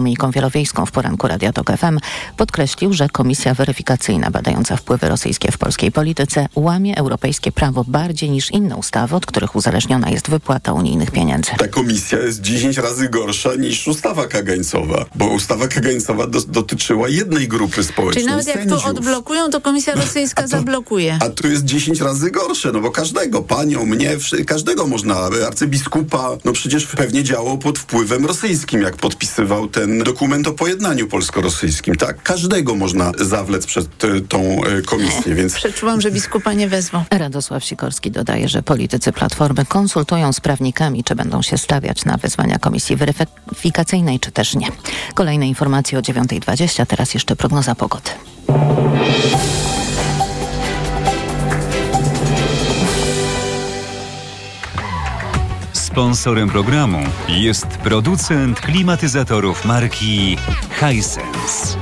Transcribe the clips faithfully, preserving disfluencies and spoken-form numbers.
Dominiką Wielowiejską w poranku Radia Tok F M podkreślił, że komisja weryfikacyjna badająca wpływy rosyjskie w polskiej polityce łamie europejskie prawo bardziej niż inne ustawy, od których uzależniona jest wypłata unijnych pieniędzy. Ta komisja jest dziesięć razy gorsza niż ustawa kagańcowa, bo ustawa kagańcowa do, dotyczyła jednej grupy społecznej. Czyli nawet sędziów. Jak to odblokują, to komisja rosyjska to, zablokuje. A tu jest dziesięć razy gorsze, no bo każdego, panią, mnie, każdego można, arcybiskupa, no przecież pewnie działał pod wpływem rosyjskim, jak podpisywał ten dokument o pojednaniu polsko-rosyjskim, tak? Każdego można zawlec przed y, tą y, komisję, więc... Przeczułam, że biskupa nie wezmą. Radosław Sikorski dodaje, że politycy Platformy konsultują z prawnikami, czy będą się stawiać na wezwania komisji weryfikacyjnej, czy też nie. Kolejne informacje o dziewiąta dwadzieścia, teraz jeszcze prognoza pogody. Sponsorem programu jest producent klimatyzatorów marki Hisense.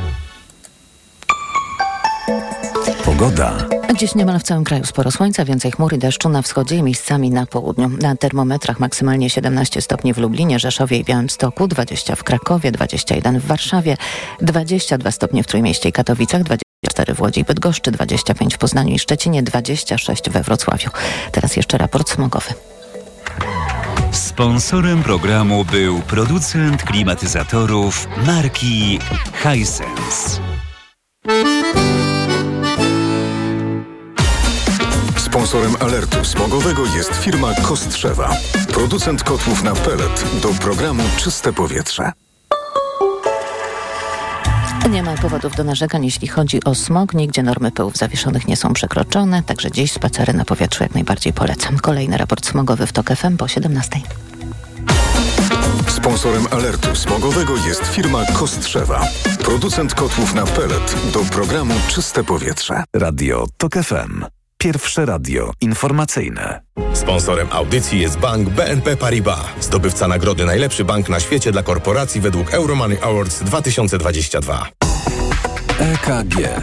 Pogoda. Dziś niemal w całym kraju sporo słońca, więcej chmur i deszczu na wschodzie i miejscami na południu. Na termometrach maksymalnie siedemnaście stopni w Lublinie, Rzeszowie i Białymstoku, dwadzieścia w Krakowie, dwadzieścia jeden w Warszawie, dwadzieścia dwa stopnie w Trójmieście i Katowicach, dwadzieścia cztery w Łodzi i Bydgoszczy, dwadzieścia pięć w Poznaniu i Szczecinie, dwadzieścia sześć we Wrocławiu. Teraz jeszcze raport smogowy. Sponsorem programu był producent klimatyzatorów marki Hisense. Sponsorem alertu smogowego jest firma Kostrzewa. Producent kotłów na pelet do programu Czyste Powietrze. Nie ma powodów do narzekań, jeśli chodzi o smog. Nigdzie normy pyłów zawieszonych nie są przekroczone, także dziś spacery na powietrzu jak najbardziej polecam. Kolejny raport smogowy w Tok F M po siedemnastej. Sponsorem alertu smogowego jest firma Kostrzewa. Producent kotłów na pelet do programu Czyste Powietrze. Radio Tok F M. Pierwsze radio informacyjne. Sponsorem audycji jest bank B N P Paribas, zdobywca nagrody Najlepszy Bank na świecie dla korporacji według Euromoney Awards dwa tysiące dwadzieścia dwa. E K G.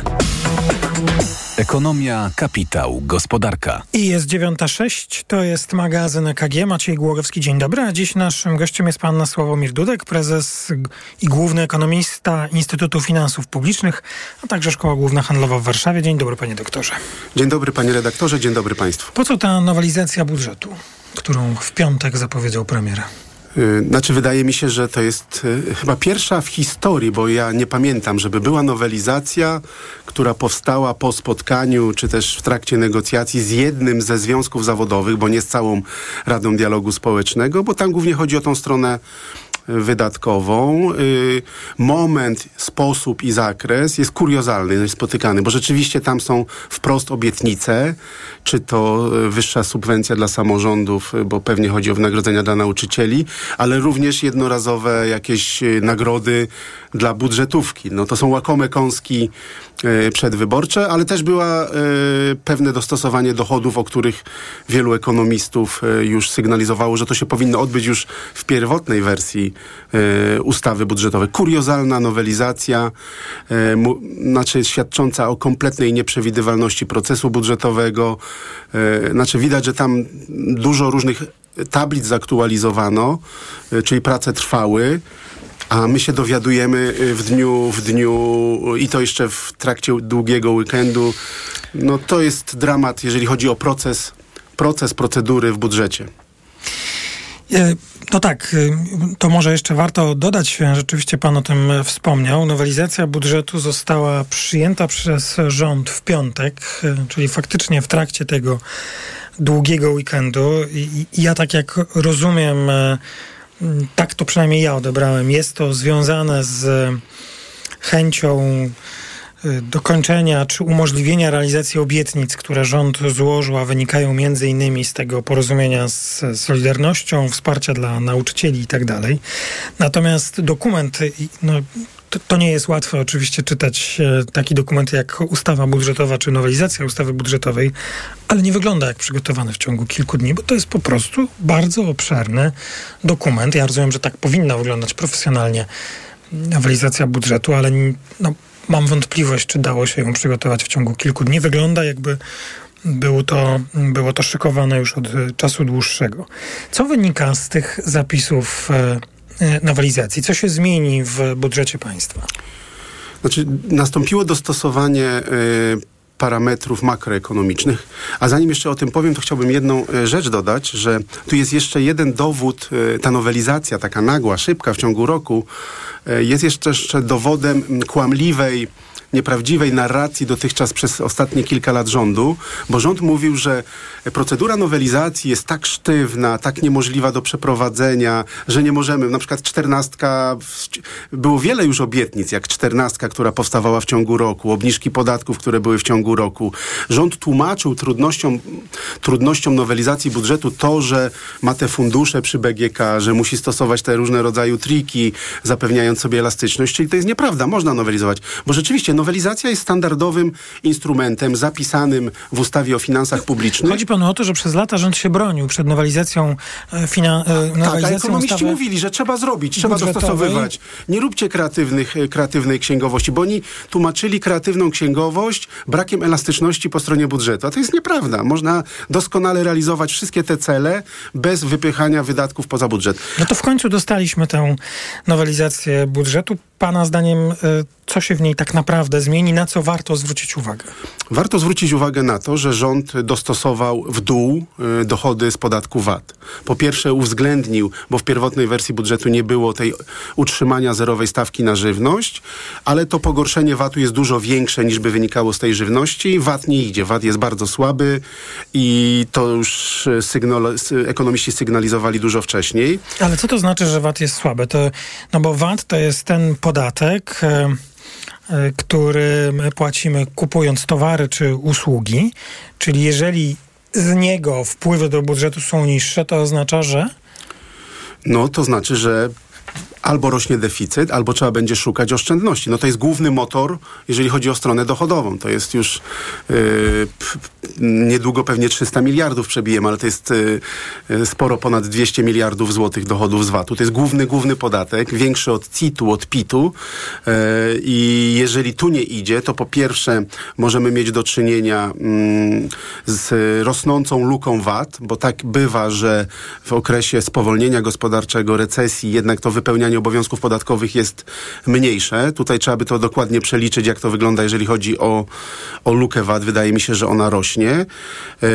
Ekonomia, kapitał, gospodarka. I jest dziewiąta sześć, to jest magazyn E K G. Maciej Głogowski, dzień dobry. A dziś naszym gościem jest pan Sławomir Dudek, prezes i główny ekonomista Instytutu Finansów Publicznych, a także Szkoła Główna Handlowa w Warszawie. Dzień dobry, panie doktorze. Dzień dobry, panie redaktorze, dzień dobry państwu. Po co ta nowelizacja budżetu, którą w piątek zapowiedział premier? Znaczy, wydaje mi się, że to jest y, chyba pierwsza w historii, bo ja nie pamiętam, żeby była nowelizacja, która powstała po spotkaniu, czy też w trakcie negocjacji z jednym ze związków zawodowych, bo nie z całą Radą Dialogu Społecznego, bo tam głównie chodzi o tą stronę wydatkową. Y, moment, sposób i zakres jest kuriozalny, jest spotykany, bo rzeczywiście tam są wprost obietnice, czy to wyższa subwencja dla samorządów, bo pewnie chodzi o wynagrodzenia dla nauczycieli, ale również jednorazowe jakieś nagrody dla budżetówki. No to są łakome kąski y, przedwyborcze, ale też była y, pewne dostosowanie dochodów, o których wielu ekonomistów y, już sygnalizowało, że to się powinno odbyć już w pierwotnej wersji y, ustawy budżetowej. Kuriozalna nowelizacja, y, mu, znaczy świadcząca o kompletnej nieprzewidywalności procesu budżetowego. Y, znaczy widać, że tam dużo różnych tablic zaktualizowano, y, czyli prace trwały. A my się dowiadujemy w dniu, w dniu i to jeszcze w trakcie długiego weekendu. No to jest dramat, jeżeli chodzi o proces, proces procedury w budżecie. No tak, to może jeszcze warto dodać, rzeczywiście pan o tym wspomniał. Nowelizacja budżetu została przyjęta przez rząd w piątek, czyli faktycznie w trakcie tego długiego weekendu. I ja tak jak rozumiem, tak to przynajmniej ja odebrałem, jest to związane z chęcią dokończenia czy umożliwienia realizacji obietnic, które rząd złożył, a wynikają między innymi z tego porozumienia z Solidarnością, wsparcia dla nauczycieli i tak dalej. Natomiast dokument, no, to, to nie jest łatwe oczywiście czytać taki dokument jak ustawa budżetowa czy nowelizacja ustawy budżetowej, ale nie wygląda jak przygotowany w ciągu kilku dni, bo to jest po prostu bardzo obszerny dokument. Ja rozumiem, że tak powinna wyglądać profesjonalnie nowelizacja budżetu, ale no, mam wątpliwość, czy dało się ją przygotować w ciągu kilku dni. Wygląda, jakby było to, było to szykowane już od czasu dłuższego. Co wynika z tych zapisów nowelizacji? Co się zmieni w budżecie państwa? Znaczy, nastąpiło dostosowanie y, parametrów makroekonomicznych, a zanim jeszcze o tym powiem, to chciałbym jedną y, rzecz dodać, że tu jest jeszcze jeden dowód, y, ta nowelizacja, taka nagła, szybka w ciągu roku, y, jest jeszcze, jeszcze dowodem kłamliwej, nieprawdziwej narracji dotychczas przez ostatnie kilka lat rządu, bo rząd mówił, że procedura nowelizacji jest tak sztywna, tak niemożliwa do przeprowadzenia, że nie możemy, na przykład czternastka, było wiele już obietnic, jak czternastka, która powstawała w ciągu roku, obniżki podatków, które były w ciągu roku. Rząd tłumaczył trudnościom, trudnościom nowelizacji budżetu to, że ma te fundusze przy B G K, że musi stosować te różne rodzaju triki, zapewniając sobie elastyczność, czyli to jest nieprawda, można nowelizować, bo rzeczywiście nowelizacja jest standardowym instrumentem zapisanym w ustawie o finansach publicznych. Chodzi panu o to, że przez lata rząd się bronił przed nowelizacją finansów. Tak, a ekonomiści mówili, że trzeba zrobić, trzeba dostosowywać. Nie róbcie kreatywnych, kreatywnej księgowości, bo oni tłumaczyli kreatywną księgowość brakiem elastyczności po stronie budżetu. A to jest nieprawda. Można doskonale realizować wszystkie te cele bez wypychania wydatków poza budżet. No to w końcu dostaliśmy tę nowelizację budżetu. Pana zdaniem, co się w niej tak naprawdę zmieni, na co warto zwrócić uwagę? Warto zwrócić uwagę na to, że rząd dostosował w dół y, dochody z podatku V A T. Po pierwsze uwzględnił, bo w pierwotnej wersji budżetu nie było tej utrzymania zerowej stawki na żywność, ale to pogorszenie V A T-u jest dużo większe niż by wynikało z tej żywności. V A T nie idzie. V A T jest bardzo słaby i to już sygnal, ekonomiści sygnalizowali dużo wcześniej. Ale co to znaczy, że V A T jest słaby? To, no bo V A T to jest ten podatek, który my płacimy kupując towary czy usługi, czyli jeżeli z niego wpływy do budżetu są niższe, to oznacza, że? No to znaczy, że albo rośnie deficyt, albo trzeba będzie szukać oszczędności. No to jest główny motor, jeżeli chodzi o stronę dochodową. To jest już yy, p, niedługo pewnie trzysta miliardów przebijemy, ale to jest yy, sporo ponad dwieście miliardów złotych dochodów z V A T-u. To jest główny, główny podatek, większy od C I T-u, od P I T-u. Yy, I jeżeli tu nie idzie, to po pierwsze możemy mieć do czynienia yy, z rosnącą luką V A T, bo tak bywa, że w okresie spowolnienia gospodarczego, recesji, jednak to wypełnianie obowiązków podatkowych jest mniejsze. Tutaj trzeba by to dokładnie przeliczyć, jak to wygląda, jeżeli chodzi o, o lukę V A T. Wydaje mi się, że ona rośnie. Yy,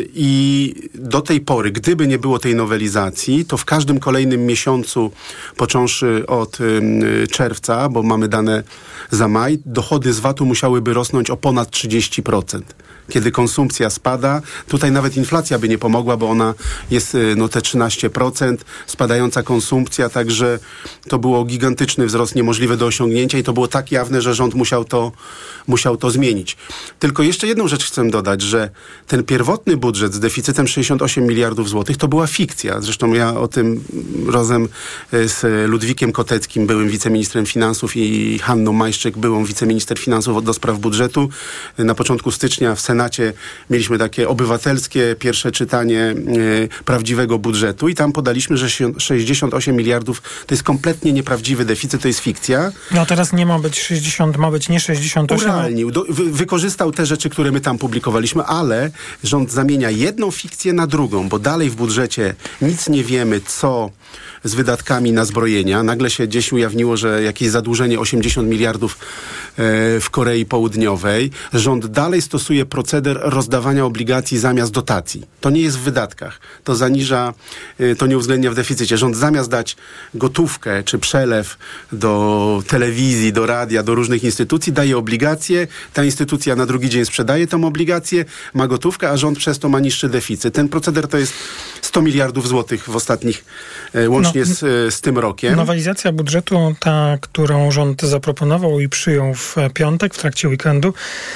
I do tej pory, gdyby nie było tej nowelizacji, to w każdym kolejnym miesiącu, począwszy od yy, czerwca, bo mamy dane za maj, dochody z V A T-u musiałyby rosnąć o ponad trzydzieści procent. Kiedy konsumpcja spada, tutaj nawet inflacja by nie pomogła, bo ona jest no te trzynaście procent, spadająca konsumpcja, także to było gigantyczny wzrost niemożliwy do osiągnięcia i to było tak jawne, że rząd musiał to, musiał to zmienić. Tylko jeszcze jedną rzecz chcę dodać, że ten pierwotny budżet z deficytem sześćdziesiąt osiem miliardów złotych to była fikcja. Zresztą ja o tym razem z Ludwikiem Koteckim, byłym wiceministrem finansów, i Hanną Majszczyk, byłą wiceminister finansów do spraw budżetu, na początku stycznia w Senacie mieliśmy takie obywatelskie pierwsze czytanie y, prawdziwego budżetu i tam podaliśmy, że sześćdziesiąt osiem miliardów to jest kompletnie nieprawdziwy deficyt, to jest fikcja. No teraz nie ma być sześćdziesiąt, ma być nie sześćdziesiąt osiem. Urealnił, do, wy, wykorzystał te rzeczy, które my tam publikowaliśmy, ale rząd zamienia jedną fikcję na drugą, bo dalej w budżecie nic nie wiemy, co z wydatkami na zbrojenia. Nagle się gdzieś ujawniło, że jakieś zadłużenie osiemdziesiąt miliardów e, w Korei Południowej. Rząd dalej stosuje proceder rozdawania obligacji zamiast dotacji. To nie jest w wydatkach. To zaniża, e, to nie uwzględnia w deficycie. Rząd zamiast dać gotówkę czy przelew do telewizji, do radia, do różnych instytucji, daje obligacje. Ta instytucja na drugi dzień sprzedaje tą obligację, ma gotówkę, a rząd przez to ma niższy deficyt. Ten proceder to jest sto miliardów złotych w ostatnich, e, łącznie no, z, z tym rokiem. Nowelizacja budżetu, ta, którą rząd zaproponował i przyjął w piątek, w trakcie weekendu,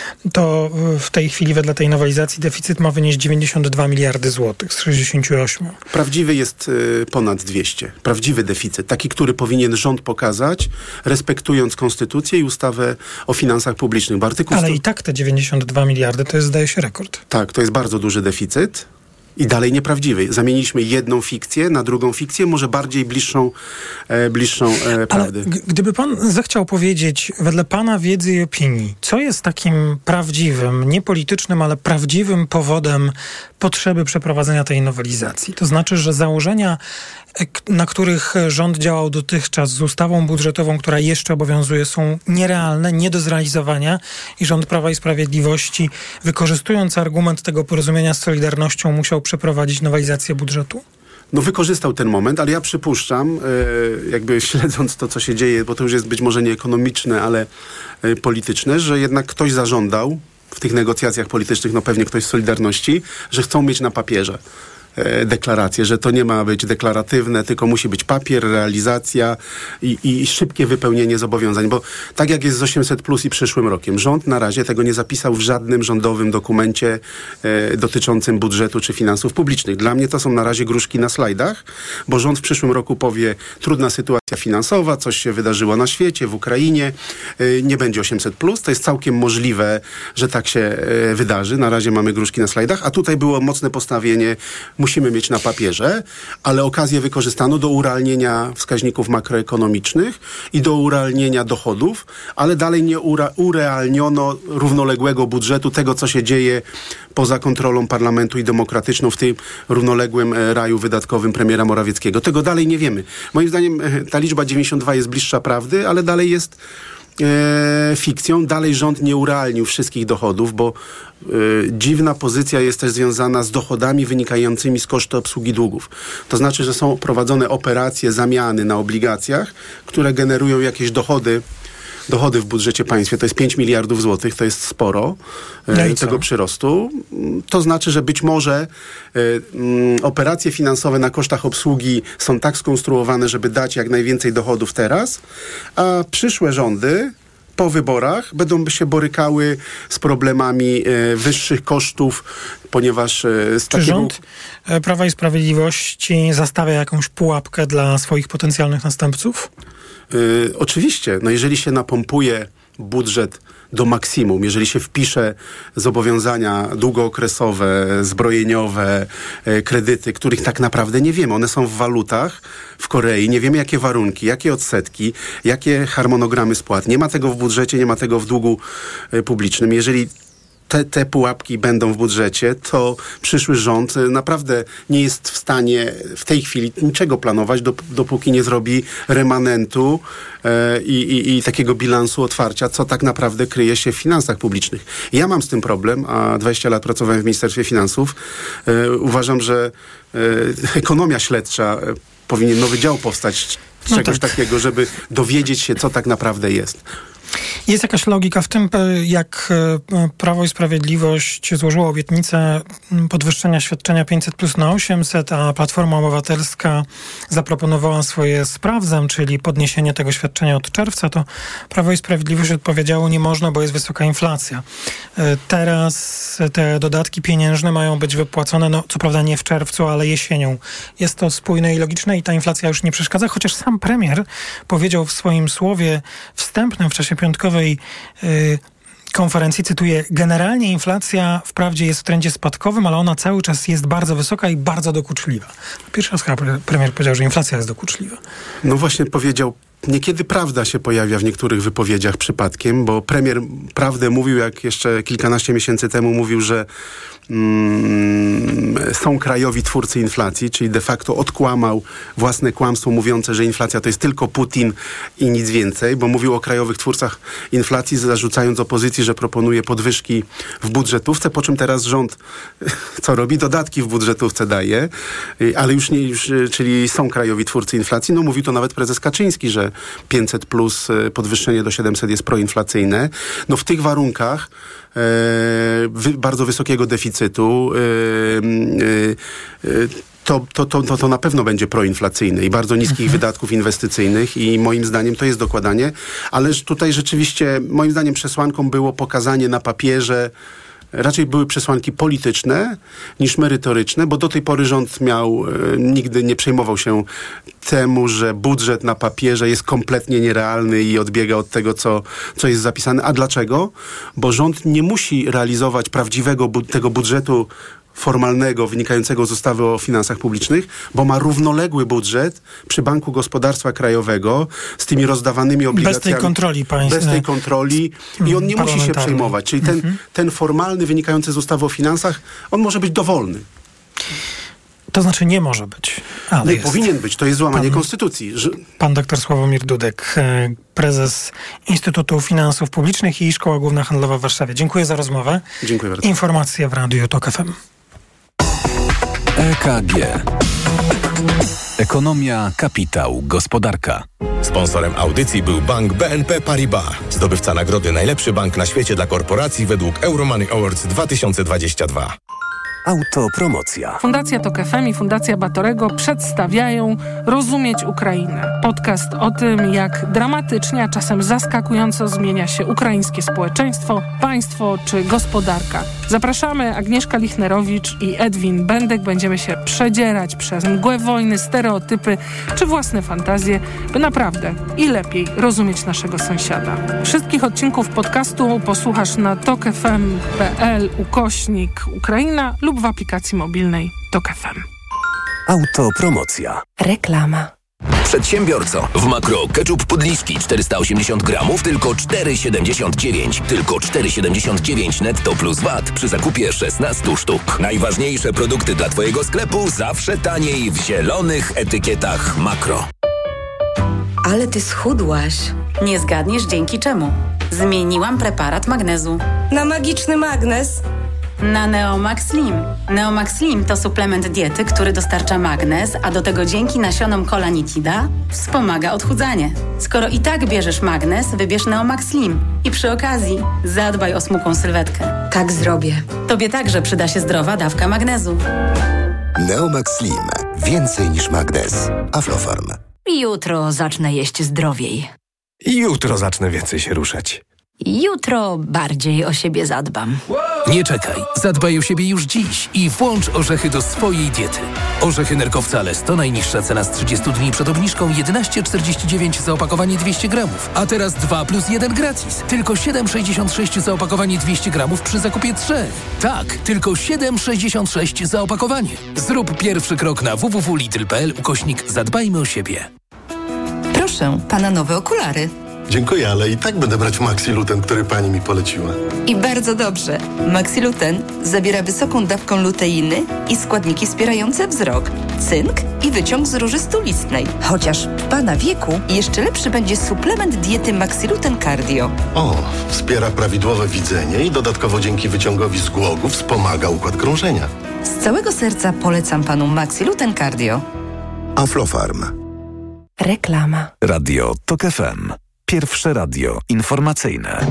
to w tej chwili wedle tej nowelizacji deficyt ma wynieść dziewięćdziesiąt dwa miliardy złotych z sześćdziesiąt osiem. Prawdziwy jest y, ponad dwieście. Prawdziwy deficyt. Taki, który powinien rząd pokazać, respektując konstytucję i ustawę o finansach publicznych. Bo artykuł Ale sto... i tak te dziewięćdziesiąt dwa miliardy to jest, zdaje się, rekord. Tak, to jest bardzo duży deficyt. I dalej nieprawdziwy. Zamieniliśmy jedną fikcję na drugą fikcję, może bardziej bliższą, e, bliższą e, prawdy. Ale g- gdyby pan zechciał powiedzieć, wedle pana wiedzy i opinii, co jest takim prawdziwym, nie politycznym, ale prawdziwym powodem potrzeby przeprowadzenia tej nowelizacji? To znaczy, że założenia na których rząd działał dotychczas z ustawą budżetową, która jeszcze obowiązuje, są nierealne, nie do zrealizowania i rząd Prawa i Sprawiedliwości, wykorzystując argument tego porozumienia z Solidarnością, musiał przeprowadzić nowelizację budżetu? No wykorzystał ten moment, ale ja przypuszczam, jakby śledząc to, co się dzieje, bo to już jest być może nie ekonomiczne, ale polityczne, że jednak ktoś zażądał w tych negocjacjach politycznych, no pewnie ktoś z Solidarności, że chcą mieć na papierze deklarację, że to nie ma być deklaratywne, tylko musi być papier, realizacja i, i szybkie wypełnienie zobowiązań, bo tak jak jest z osiemset plus i przyszłym rokiem, rząd na razie tego nie zapisał w żadnym rządowym dokumencie e, dotyczącym budżetu czy finansów publicznych. Dla mnie to są na razie gruszki na slajdach, bo rząd w przyszłym roku powie, trudna sytuacja finansowa, coś się wydarzyło na świecie, w Ukrainie, e, nie będzie osiemset plus, to jest całkiem możliwe, że tak się e, wydarzy. Na razie mamy gruszki na slajdach, a tutaj było mocne postawienie, musimy mieć na papierze, ale okazję wykorzystano do urealnienia wskaźników makroekonomicznych i do urealnienia dochodów, ale dalej nie ura- urealniono równoległego budżetu, tego, co się dzieje poza kontrolą parlamentu i demokratyczną w tym równoległym e, raju wydatkowym premiera Morawieckiego. Tego dalej nie wiemy. Moim zdaniem e, ta liczba dziewięćdziesiąt dwa jest bliższa prawdy, ale dalej jest E, fikcją. Dalej rząd nie urealnił wszystkich dochodów, bo e, dziwna pozycja jest też związana z dochodami wynikającymi z kosztu obsługi długów. To znaczy, że są prowadzone operacje, zamiany na obligacjach, które generują jakieś dochody dochody w budżecie państwa. To jest pięć miliardów złotych, to jest sporo e, tego przyrostu. To znaczy, że być może e, m, operacje finansowe na kosztach obsługi są tak skonstruowane, żeby dać jak najwięcej dochodów teraz, a przyszłe rządy po wyborach będą się borykały z problemami e, wyższych kosztów, ponieważ e, z Czy takiego... rząd Prawa i Sprawiedliwości zastawia jakąś pułapkę dla swoich potencjalnych następców? Yy, oczywiście, no jeżeli się napompuje budżet do maksimum, jeżeli się wpisze zobowiązania długookresowe, zbrojeniowe, e, kredyty, których tak naprawdę nie wiemy. One są w walutach w Korei, nie wiemy jakie warunki, jakie odsetki, jakie harmonogramy spłat. Nie ma tego w budżecie, nie ma tego w długu e, publicznym. Jeżeli Te, te pułapki będą w budżecie, to przyszły rząd naprawdę nie jest w stanie w tej chwili niczego planować, dop- dopóki nie zrobi remanentu e, i, i takiego bilansu otwarcia, co tak naprawdę kryje się w finansach publicznych. Ja mam z tym problem, a dwadzieścia lat pracowałem w Ministerstwie Finansów. E, uważam, że e, ekonomia śledcza e, powinien nowy dział powstać z no czegoś tak. takiego, żeby dowiedzieć się, co tak naprawdę jest. Jest jakaś logika w tym, jak Prawo i Sprawiedliwość złożyło obietnicę podwyższenia świadczenia pięćset plus na osiemset, a Platforma Obywatelska zaproponowała swoje sprawdzam, czyli podniesienie tego świadczenia od czerwca, to Prawo i Sprawiedliwość odpowiedziało, nie można, bo jest wysoka inflacja. Teraz te dodatki pieniężne mają być wypłacone, no co prawda nie w czerwcu, ale jesienią. Jest to spójne i logiczne i ta inflacja już nie przeszkadza, chociaż sam premier powiedział w swoim słowie wstępnym w czasie piątkowej yy, konferencji, cytuję, generalnie inflacja wprawdzie jest w trendzie spadkowym, ale ona cały czas jest bardzo wysoka i bardzo dokuczliwa. Pierwszy raz chyba premier powiedział, że inflacja jest dokuczliwa. No właśnie powiedział, niekiedy prawda się pojawia w niektórych wypowiedziach przypadkiem, bo premier prawdę mówił, jak jeszcze kilkanaście miesięcy temu mówił, że mm, są krajowi twórcy inflacji, czyli de facto odkłamał własne kłamstwo mówiące, że inflacja to jest tylko Putin i nic więcej, bo mówił o krajowych twórcach inflacji, zarzucając opozycji, że proponuje podwyżki w budżetówce, po czym teraz rząd co robi? Dodatki w budżetówce daje, ale już nie, już, czyli są krajowi twórcy inflacji. No mówił to nawet prezes Kaczyński, że pięćset plus podwyższenie do siedemset jest proinflacyjne. No w tych warunkach e, wy, bardzo wysokiego deficytu e, e, to, to, to, to, to na pewno będzie proinflacyjne i bardzo niskich mhm. wydatków inwestycyjnych i moim zdaniem to jest dokładanie, ale tutaj rzeczywiście moim zdaniem przesłanką było pokazanie na papierze, raczej były przesłanki polityczne niż merytoryczne, bo do tej pory rząd miał, e, nigdy nie przejmował się temu, że budżet na papierze jest kompletnie nierealny i odbiega od tego, co, co jest zapisane. A dlaczego? Bo rząd nie musi realizować prawdziwego bu- tego budżetu formalnego, wynikającego z ustawy o finansach publicznych, bo ma równoległy budżet przy Banku Gospodarstwa Krajowego z tymi rozdawanymi obligacjami. Bez tej kontroli państwa. Bez tej kontroli i on nie musi się przejmować. Czyli ten, mhm. ten formalny, wynikający z ustawy o finansach, on może być dowolny. To znaczy nie może być, ale Nie jest. powinien być, to jest złamanie Pan- konstytucji. Że... Pan dr Sławomir Dudek, e, prezes Instytutu Finansów Publicznych i Szkoła Główna Handlowa w Warszawie. Dziękuję za rozmowę. Dziękuję bardzo. Informacje w Radiu Tok F M. E K G. Ekonomia, kapitał, gospodarka. Sponsorem audycji był bank B N P Paribas, zdobywca nagrody Najlepszy Bank na świecie dla korporacji według Euromoney Awards dwa tysiące dwadzieścia dwa. Autopromocja. Fundacja Tok F M i Fundacja Batorego przedstawiają Rozumieć Ukrainę. Podcast o tym, jak dramatycznie, a czasem zaskakująco zmienia się ukraińskie społeczeństwo, państwo czy gospodarka. Zapraszamy, Agnieszka Lichnerowicz i Edwin Bendek. Będziemy się przedzierać przez mgłę wojny, stereotypy czy własne fantazje, by naprawdę i lepiej rozumieć naszego sąsiada. Wszystkich odcinków podcastu posłuchasz na tokfm.pl ukośnik Ukraina lub w aplikacji mobilnej Tok F M. Autopromocja. Reklama. Przedsiębiorco, w Makro ketchup Podliski czterysta osiemdziesiąt gramów tylko cztery siedemdziesiąt dziewięć. Tylko cztery siedemdziesiąt dziewięć netto plus V A T przy zakupie szesnastu sztuk. Najważniejsze produkty dla Twojego sklepu zawsze taniej w zielonych etykietach Makro. Ale ty schudłaś. Nie zgadniesz dzięki czemu. Zmieniłam preparat magnezu. Na magiczny magnez? Na Neomax Slim. Neomax Slim to suplement diety, który dostarcza magnez, a do tego dzięki nasionom kolanitida wspomaga odchudzanie. Skoro i tak bierzesz magnez, wybierz Neomax Slim. I przy okazji zadbaj o smukłą sylwetkę. Tak zrobię. Tobie także przyda się zdrowa dawka magnezu. Neomax Slim. Więcej niż magnez. Aflofarm. Jutro zacznę jeść zdrowiej. Jutro zacznę więcej się ruszać. Jutro bardziej o siebie zadbam. Nie czekaj, zadbaj o siebie już dziś i włącz orzechy do swojej diety. Orzechy nerkowca Lesto, najniższa cena z trzydziestu dni przed obniżką jedenaście czterdzieści dziewięć za opakowanie dwieście gramów, a teraz dwa plus jeden gratis. Tylko siedem sześćdziesiąt sześć za opakowanie dwieście gramów przy zakupie trzech. Tak, tylko siedem sześćdziesiąt sześć za opakowanie. Zrób pierwszy krok na www.lidl.pl ukośnik zadbajmy o siebie. Proszę, pana nowe okulary. Dziękuję, ale i tak będę brać Maxiluten, który pani mi poleciła. I bardzo dobrze. Maxiluten zawiera wysoką dawką luteiny i składniki wspierające wzrok, cynk i wyciąg z róży stulistnej. Chociaż w pana wieku jeszcze lepszy będzie suplement diety Maxiluten Cardio. O, wspiera prawidłowe widzenie i dodatkowo dzięki wyciągowi z głogu wspomaga układ krążenia. Z całego serca polecam panu Maxiluten Cardio. Aflofarm. Reklama. Radio Tok F M. Pierwsze radio informacyjne.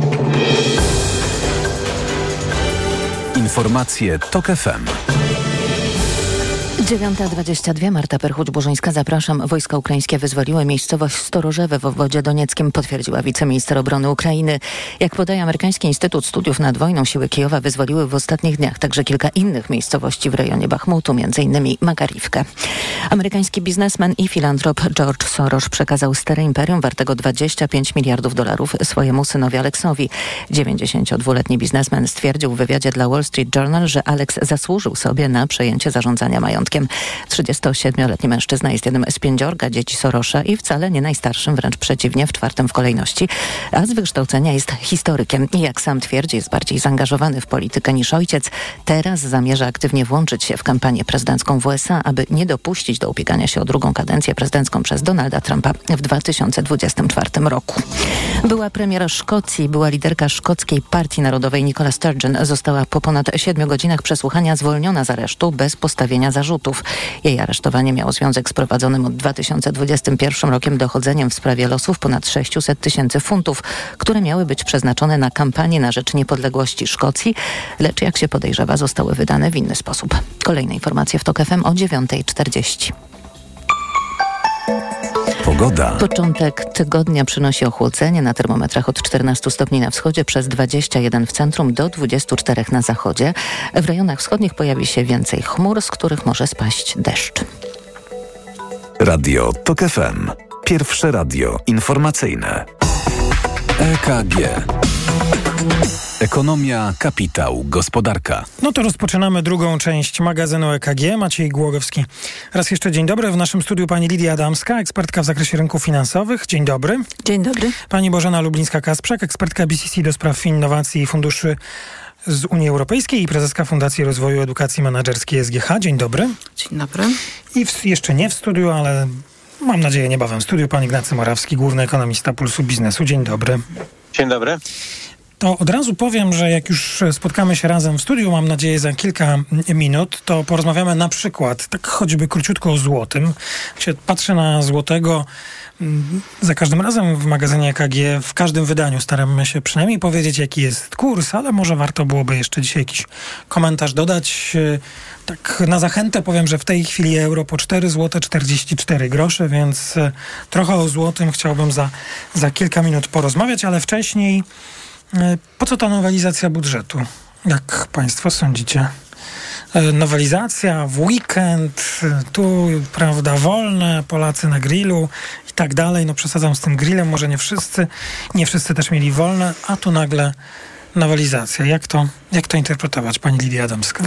Informacje Tok F M. dziewiąta dwadzieścia dwa, Marta Perchuć-Burzyńska, zapraszam. Wojska ukraińskie wyzwoliły miejscowość Stororzewe w obwodzie donieckim, potwierdziła wiceminister obrony Ukrainy. Jak podaje amerykański Instytut Studiów nad Wojną, siły Kijowa wyzwoliły w ostatnich dniach także kilka innych miejscowości w rejonie Bachmutu, m.in. Magarivkę. Amerykański biznesmen i filantrop George Soros przekazał stare imperium wartego dwadzieścia pięć miliardów dolarów swojemu synowi Aleksowi. dziewięćdziesięciodwuletni biznesmen stwierdził w wywiadzie dla Wall Street Journal, że Alex zasłużył sobie na przejęcie zarządzania majątkiem. trzydziestosiedmioletni mężczyzna jest jednym z pięciorga dzieci Sorosza i wcale nie najstarszym, wręcz przeciwnie, w czwartym w kolejności, a z wykształcenia jest historykiem i jak sam twierdzi, jest bardziej zaangażowany w politykę niż ojciec. Teraz zamierza aktywnie włączyć się w kampanię prezydencką w U S A, aby nie dopuścić do ubiegania się o drugą kadencję prezydencką przez Donalda Trumpa w dwa tysiące dwudziestym czwartym roku. Była premier Szkocji, była liderka szkockiej Partii Narodowej Nicola Sturgeon została po ponad siedmiu godzinach przesłuchania zwolniona z aresztu bez postawienia zarzutów. Jej aresztowanie miało związek z prowadzonym od dwa tysiące dwudziestym pierwszym rokiem dochodzeniem w sprawie losów ponad sześćset tysięcy funtów, które miały być przeznaczone na kampanię na rzecz niepodległości Szkocji, lecz jak się podejrzewa, zostały wydane w inny sposób. Kolejne informacje w Tok F M o dziewiąta czterdzieści. Pogoda. Początek tygodnia przynosi ochłodzenie na termometrach od czternastu stopni na wschodzie, przez dwadzieścia jeden w centrum do dwudziestu czterech na zachodzie. W rejonach wschodnich pojawi się więcej chmur, z których może spaść deszcz. Radio Tok F M. Pierwsze radio informacyjne. E K G. Ekonomia, kapitał, gospodarka. No to rozpoczynamy drugą część magazynu E K G. Maciej Głogowski. Raz jeszcze dzień dobry. W naszym studiu pani Lidia Adamska, ekspertka w zakresie rynków finansowych. Dzień dobry. Dzień dobry. Pani Bożena Lublińska-Kasprzak, ekspertka B C C do spraw innowacji i funduszy z Unii Europejskiej i prezeska Fundacji Rozwoju Edukacji Menedżerskiej S G H. Dzień dobry. Dzień dobry. I w, jeszcze nie w studiu, ale mam nadzieję niebawem w studiu pan Ignacy Morawski, główny ekonomista Pulsu Biznesu. Dzień dobry. Dzień dobry. To od razu powiem, że jak już spotkamy się razem w studiu, mam nadzieję za kilka minut, to porozmawiamy na przykład, tak choćby króciutko o złotym. Jak się patrzę na złotego, za każdym razem w magazynie E K G, w każdym wydaniu staramy się przynajmniej powiedzieć, jaki jest kurs, ale może warto byłoby jeszcze dzisiaj jakiś komentarz dodać. Tak na zachętę powiem, że w tej chwili euro po cztery złote czterdzieści cztery grosze, więc trochę o złotym chciałbym za, za kilka minut porozmawiać, ale wcześniej po co ta nowelizacja budżetu? Jak państwo sądzicie? Nowelizacja w weekend, tu, prawda, wolne, Polacy na grillu i tak dalej. No przesadzam z tym grillem, może nie wszyscy, nie wszyscy też mieli wolne, a tu nagle nowelizacja. Jak to, jak to interpretować, pani Lidia Adamska?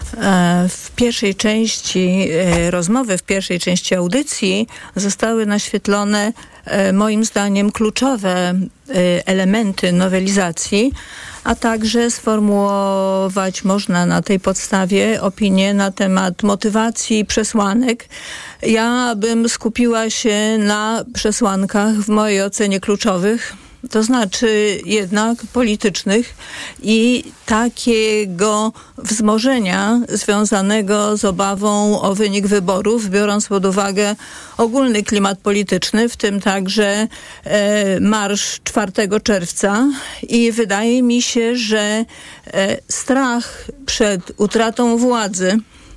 W pierwszej części rozmowy, w pierwszej części audycji zostały naświetlone moim zdaniem kluczowe elementy nowelizacji, a także sformułować można na tej podstawie opinię na temat motywacji przesłanek. Ja bym skupiła się na przesłankach w mojej ocenie kluczowych, to znaczy jednak politycznych i takiego wzmożenia związanego z obawą o wynik wyborów, biorąc pod uwagę ogólny klimat polityczny, w tym także e, marsz czwartego czerwca. I wydaje mi się, że e, strach przed utratą władzy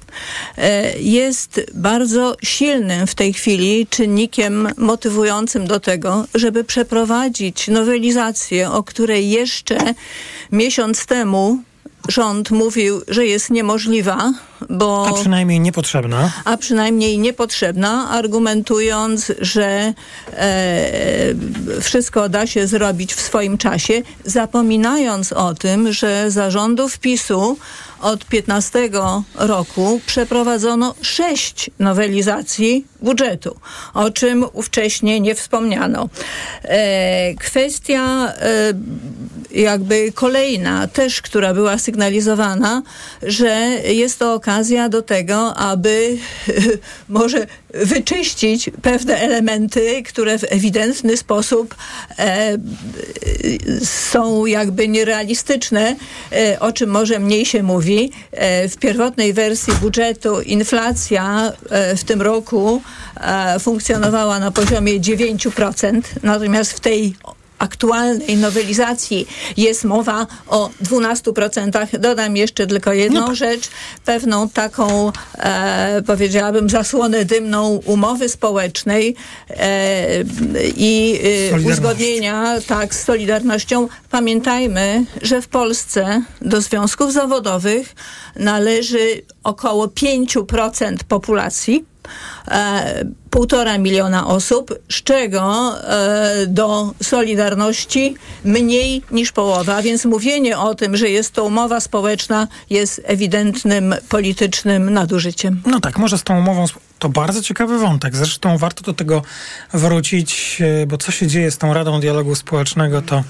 jest bardzo silnym w tej chwili czynnikiem motywującym do tego, żeby przeprowadzić nowelizację, o której jeszcze miesiąc temu rząd mówił, że jest niemożliwa, bo... A przynajmniej niepotrzebna. A przynajmniej niepotrzebna, argumentując, że e, wszystko da się zrobić w swoim czasie, zapominając o tym, że za rządów PiSu od piętnastego roku przeprowadzono sześć nowelizacji budżetu, o czym ówcześnie nie wspomniano. E, kwestia e, jakby kolejna też, która była sygnalizowana, że jest to okazja do tego, aby może wyczyścić pewne elementy, które w ewidentny sposób e, są jakby nierealistyczne, e, o czym może mniej się mówi. E, w pierwotnej wersji budżetu inflacja e, w tym roku e, funkcjonowała na poziomie dziewięć procent, natomiast w tej aktualnej nowelizacji jest mowa o dwunastu procentach. Dodam jeszcze tylko jedną no. rzecz, pewną taką, e, powiedziałabym, zasłonę dymną umowy społecznej e, i e, uzgodnienia tak, z Solidarnością. Pamiętajmy, że w Polsce do związków zawodowych należy około pięć procent populacji, E, półtora miliona osób, z czego e, do Solidarności mniej niż połowa, więc mówienie o tym, że jest to umowa społeczna, jest ewidentnym politycznym nadużyciem. No tak, może z tą umową to bardzo ciekawy wątek. Zresztą warto do tego wrócić, bo co się dzieje z tą Radą Dialogu Społecznego, to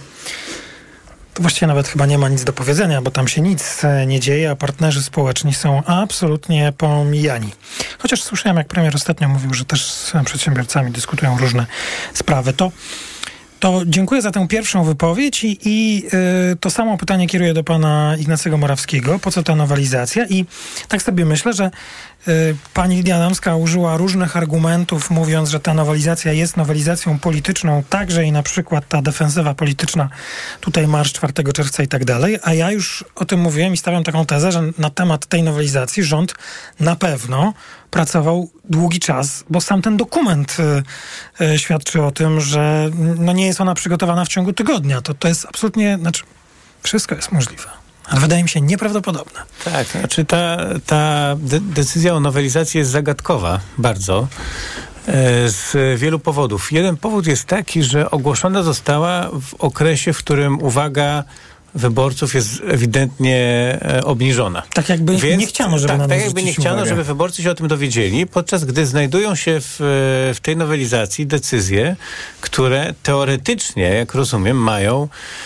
To właściwie nawet chyba nie ma nic do powiedzenia, bo tam się nic nie dzieje, a partnerzy społeczni są absolutnie pomijani. Chociaż słyszałem, jak premier ostatnio mówił, że też z przedsiębiorcami dyskutują różne sprawy. To, to dziękuję za tę pierwszą wypowiedź i, i yy, to samo pytanie kieruję do pana Ignacego Morawskiego. Po co ta nowelizacja? I tak sobie myślę, że yy, pani Lidia Adamska użyła różnych argumentów, mówiąc, że ta nowelizacja jest nowelizacją polityczną, także i na przykład ta defensywa polityczna, tutaj marsz czwartego czerwca i tak dalej. A ja już o tym mówiłem i stawiam taką tezę, że na temat tej nowelizacji rząd na pewno pracował długi czas, bo sam ten dokument y, y, świadczy o tym, że no nie jest ona przygotowana w ciągu tygodnia. To, to jest absolutnie, znaczy wszystko jest możliwe. Ale wydaje mi się nieprawdopodobne. Tak, znaczy ta, ta de- decyzja o nowelizacji jest zagadkowa bardzo e, z wielu powodów. Jeden powód jest taki, że ogłoszona została w okresie, w którym, uwaga, wyborców jest ewidentnie e, obniżona. Tak jakby Więc, nie chciano, żeby tak, na nas tak jakby nie chciano, uwagę. żeby wyborcy się o tym dowiedzieli, podczas gdy znajdują się w, w tej nowelizacji decyzje, które teoretycznie, jak rozumiem, mają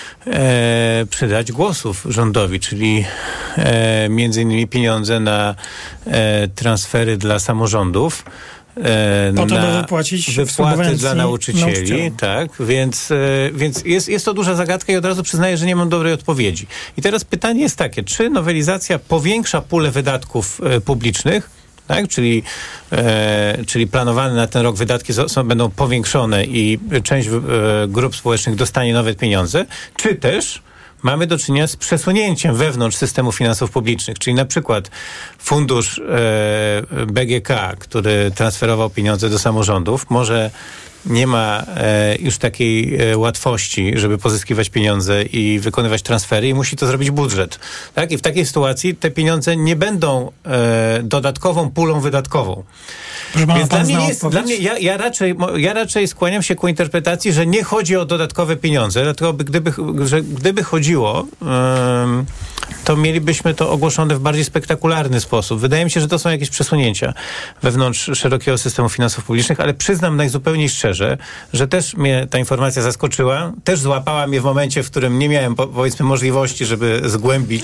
e, przydać głosów rządowi, czyli e, między innymi pieniądze na e, transfery dla samorządów, E, po to, na by wypłacić wypłaty dla nauczycieli, nauczycielom. tak, więc, e, więc jest, jest to duża zagadka i od razu przyznaję, że nie mam dobrej odpowiedzi. I teraz pytanie jest takie, czy nowelizacja powiększa pulę wydatków e, publicznych, tak, czyli, e, czyli planowane na ten rok wydatki są, będą powiększone i część e, grup społecznych dostanie nowe pieniądze, czy też mamy do czynienia z przesunięciem wewnątrz systemu finansów publicznych, czyli na przykład fundusz e, B G K, który transferował pieniądze do samorządów, może nie ma e, już takiej e, łatwości, żeby pozyskiwać pieniądze i wykonywać transfery i musi to zrobić budżet. Tak? I w takiej sytuacji te pieniądze nie będą e, dodatkową pulą wydatkową. Proszę pana, Więc pan dla mnie, zna jest, odpowiedź? dla mnie ja, ja, raczej, ja raczej skłaniam się ku interpretacji, że nie chodzi o dodatkowe pieniądze, dlatego by, gdyby, że gdyby chodziło, um, to mielibyśmy to ogłoszone w bardziej spektakularny sposób. Wydaje mi się, że to są jakieś przesunięcia wewnątrz szerokiego systemu finansów publicznych, ale przyznam najzupełniej szczerze, że też mnie ta informacja zaskoczyła. Też złapała mnie w momencie, w którym nie miałem, powiedzmy, możliwości, żeby zgłębić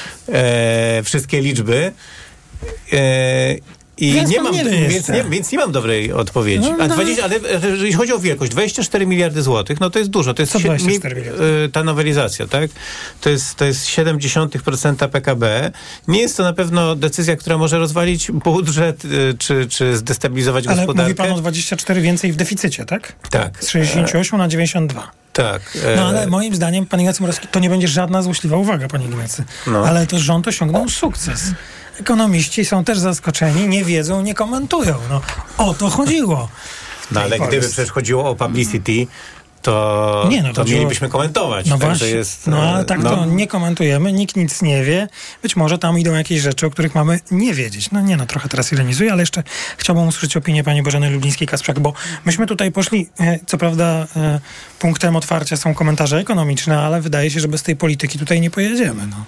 e, wszystkie liczby. E, I Więc nie mam, nie więc, nie, więc nie mam dobrej odpowiedzi. No, A no. dwadzieścia, ale jeżeli chodzi o wielkość, dwadzieścia cztery miliardy złotych, no to jest dużo. To jest Co sie- dwadzieścia mi- cztery miliardy? y, ta nowelizacja, tak? To jest, to jest siedem dziesiątych procent P K B. Nie jest to na pewno decyzja, która może rozwalić budżet, y, czy, czy zdestabilizować Ale gospodarkę. mówi pan o dwadzieścia cztery więcej w deficycie, tak? Tak. Z sześćdziesiąt osiem na dziewięćdziesiąt dwa. Tak. No ale moim zdaniem, pan Ignacy Morawski, to nie będzie żadna złośliwa uwaga, panie Ignacy. No. Ale to rząd osiągnął sukces. Ekonomiści są też zaskoczeni, nie wiedzą, nie komentują. No, o to chodziło. No ale gdyby przecież chodziło o publicity, to, Nie, no, to chodziło- mielibyśmy komentować. No Także właśnie, jest, no e, ale tak no. to nie komentujemy, nikt nic nie wie. Być może tam idą jakieś rzeczy, o których mamy nie wiedzieć. No nie no, trochę teraz ironizuję, ale jeszcze chciałbym usłyszeć opinię pani Bożeny Lublińskiej-Kasprzak, bo myśmy tutaj poszli, e, co prawda e, punktem otwarcia są komentarze ekonomiczne, ale wydaje się, że bez tej polityki tutaj nie pojedziemy. No.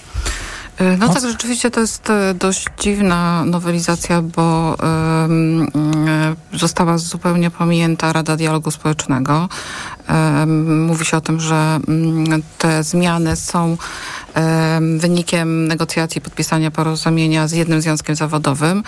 No tak, rzeczywiście to jest e, dość dziwna nowelizacja, bo um, e, została zupełnie pominięta Rada Dialogu Społecznego. Um, mówi się o tym, że um, te zmiany są um, wynikiem negocjacji podpisania porozumienia z jednym związkiem zawodowym.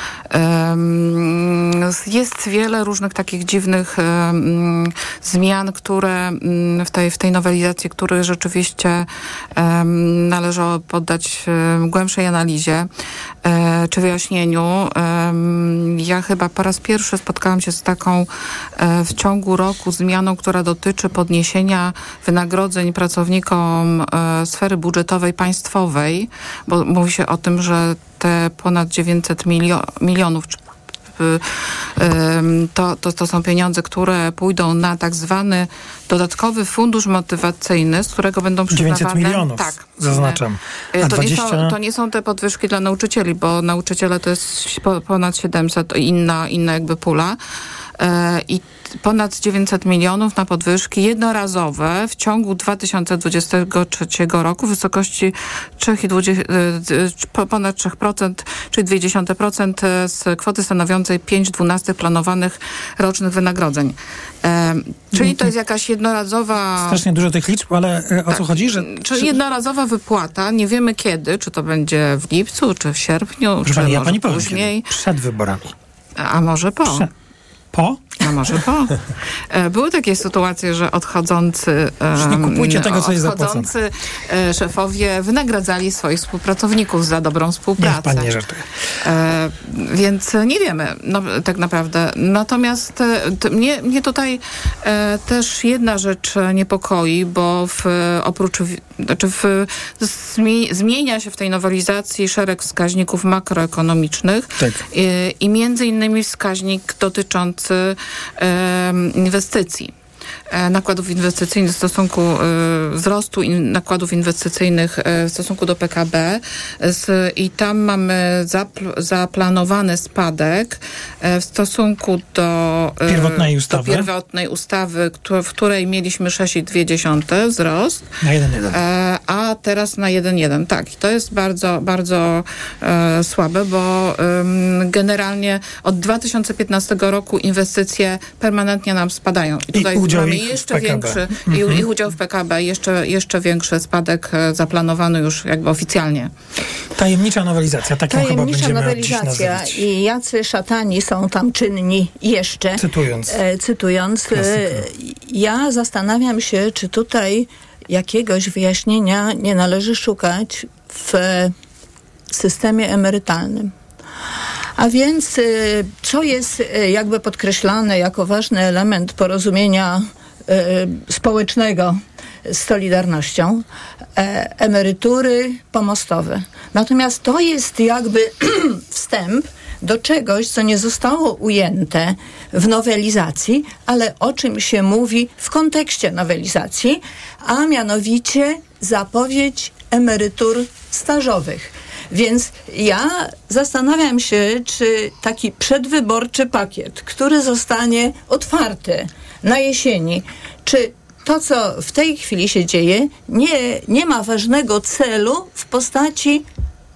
Um, jest wiele różnych takich dziwnych um, zmian, które um, w, tej, w tej nowelizacji, które rzeczywiście um, należało poddać um, głębszej analizie um, czy wyjaśnieniu. Um, ja chyba po raz pierwszy spotkałam się z taką um, w ciągu roku zmianą, która dotyczy podniesienia wynagrodzeń pracownikom um, sfery budżetowej państwowej, bo mówi się o tym, że te ponad dziewięćset milio- milionów to, to, to są pieniądze, które pójdą na tak zwany dodatkowy fundusz motywacyjny, z którego będą przyznawane... dziewięćset milionów, tak, zaznaczam. A to, dwadzieścia... nie są, to nie są te podwyżki dla nauczycieli, bo nauczyciele to jest po, ponad siedemset, inna, inna jakby pula. E, I ponad dziewięćset milionów na podwyżki jednorazowe w ciągu dwa tysiące dwudziestego trzeciego roku w wysokości trzy przecinek dwa, ponad trzy procent, czyli zero przecinek dwa procent z kwoty stanowiącej pięć dwunastych planowanych rocznych wynagrodzeń. E, czyli to jest jakaś jednorazowa... Strasznie dużo tych liczb, ale o tak. co chodzi? Że... Czyli jednorazowa wypłata, nie wiemy kiedy, czy to będzie w lipcu, czy w sierpniu, Proszę czy pani, ja może pani powiem później. kiedy? Przed wyborami. A może po. Prze- Po? A może po. Były takie sytuacje, że odchodzący Już nie kupujcie tego, co jest odchodzący szefowie wynagradzali swoich współpracowników za dobrą współpracę. Niech pan nie żartuje. E, więc nie wiemy no, tak naprawdę. Natomiast t, mnie, mnie tutaj e, też jedna rzecz niepokoi, bo w, oprócz znaczy w, zmi, zmienia się w tej nowelizacji szereg wskaźników makroekonomicznych tak. i, i między innymi wskaźnik dotyczący e, inwestycji. nakładów inwestycyjnych w stosunku wzrostu in, nakładów inwestycyjnych w stosunku do P K B z, i tam mamy zapl, zaplanowany spadek w stosunku do pierwotnej ustawy, do pierwotnej ustawy w której mieliśmy sześć przecinek dwa wzrost. Na jeden jeden. A teraz na jeden jeden. Tak, i to jest bardzo, bardzo e, słabe, bo e, generalnie od dwa tysiące piętnastego roku inwestycje permanentnie nam spadają. I tutaj I mamy jeszcze większy, mhm. i, ich udział w P K B, jeszcze, jeszcze większy spadek e, zaplanowany już jakby oficjalnie. Tajemnicza nowelizacja, taką chyba Tajemnicza będziemy nowelizacja dziś i jacy szatani są tam czynni jeszcze. Cytując. E, cytując, e, ja zastanawiam się, czy tutaj jakiegoś wyjaśnienia nie należy szukać w systemie emerytalnym. A więc co jest jakby podkreślane jako ważny element porozumienia społecznego z Solidarnością, emerytury pomostowe. Natomiast to jest jakby wstęp do czegoś, co nie zostało ujęte w nowelizacji, ale o czym się mówi w kontekście nowelizacji, a mianowicie zapowiedź emerytur stażowych. Więc ja zastanawiam się, czy taki przedwyborczy pakiet, który zostanie otwarty na jesieni, czy to, co w tej chwili się dzieje, nie, nie ma ważnego celu w postaci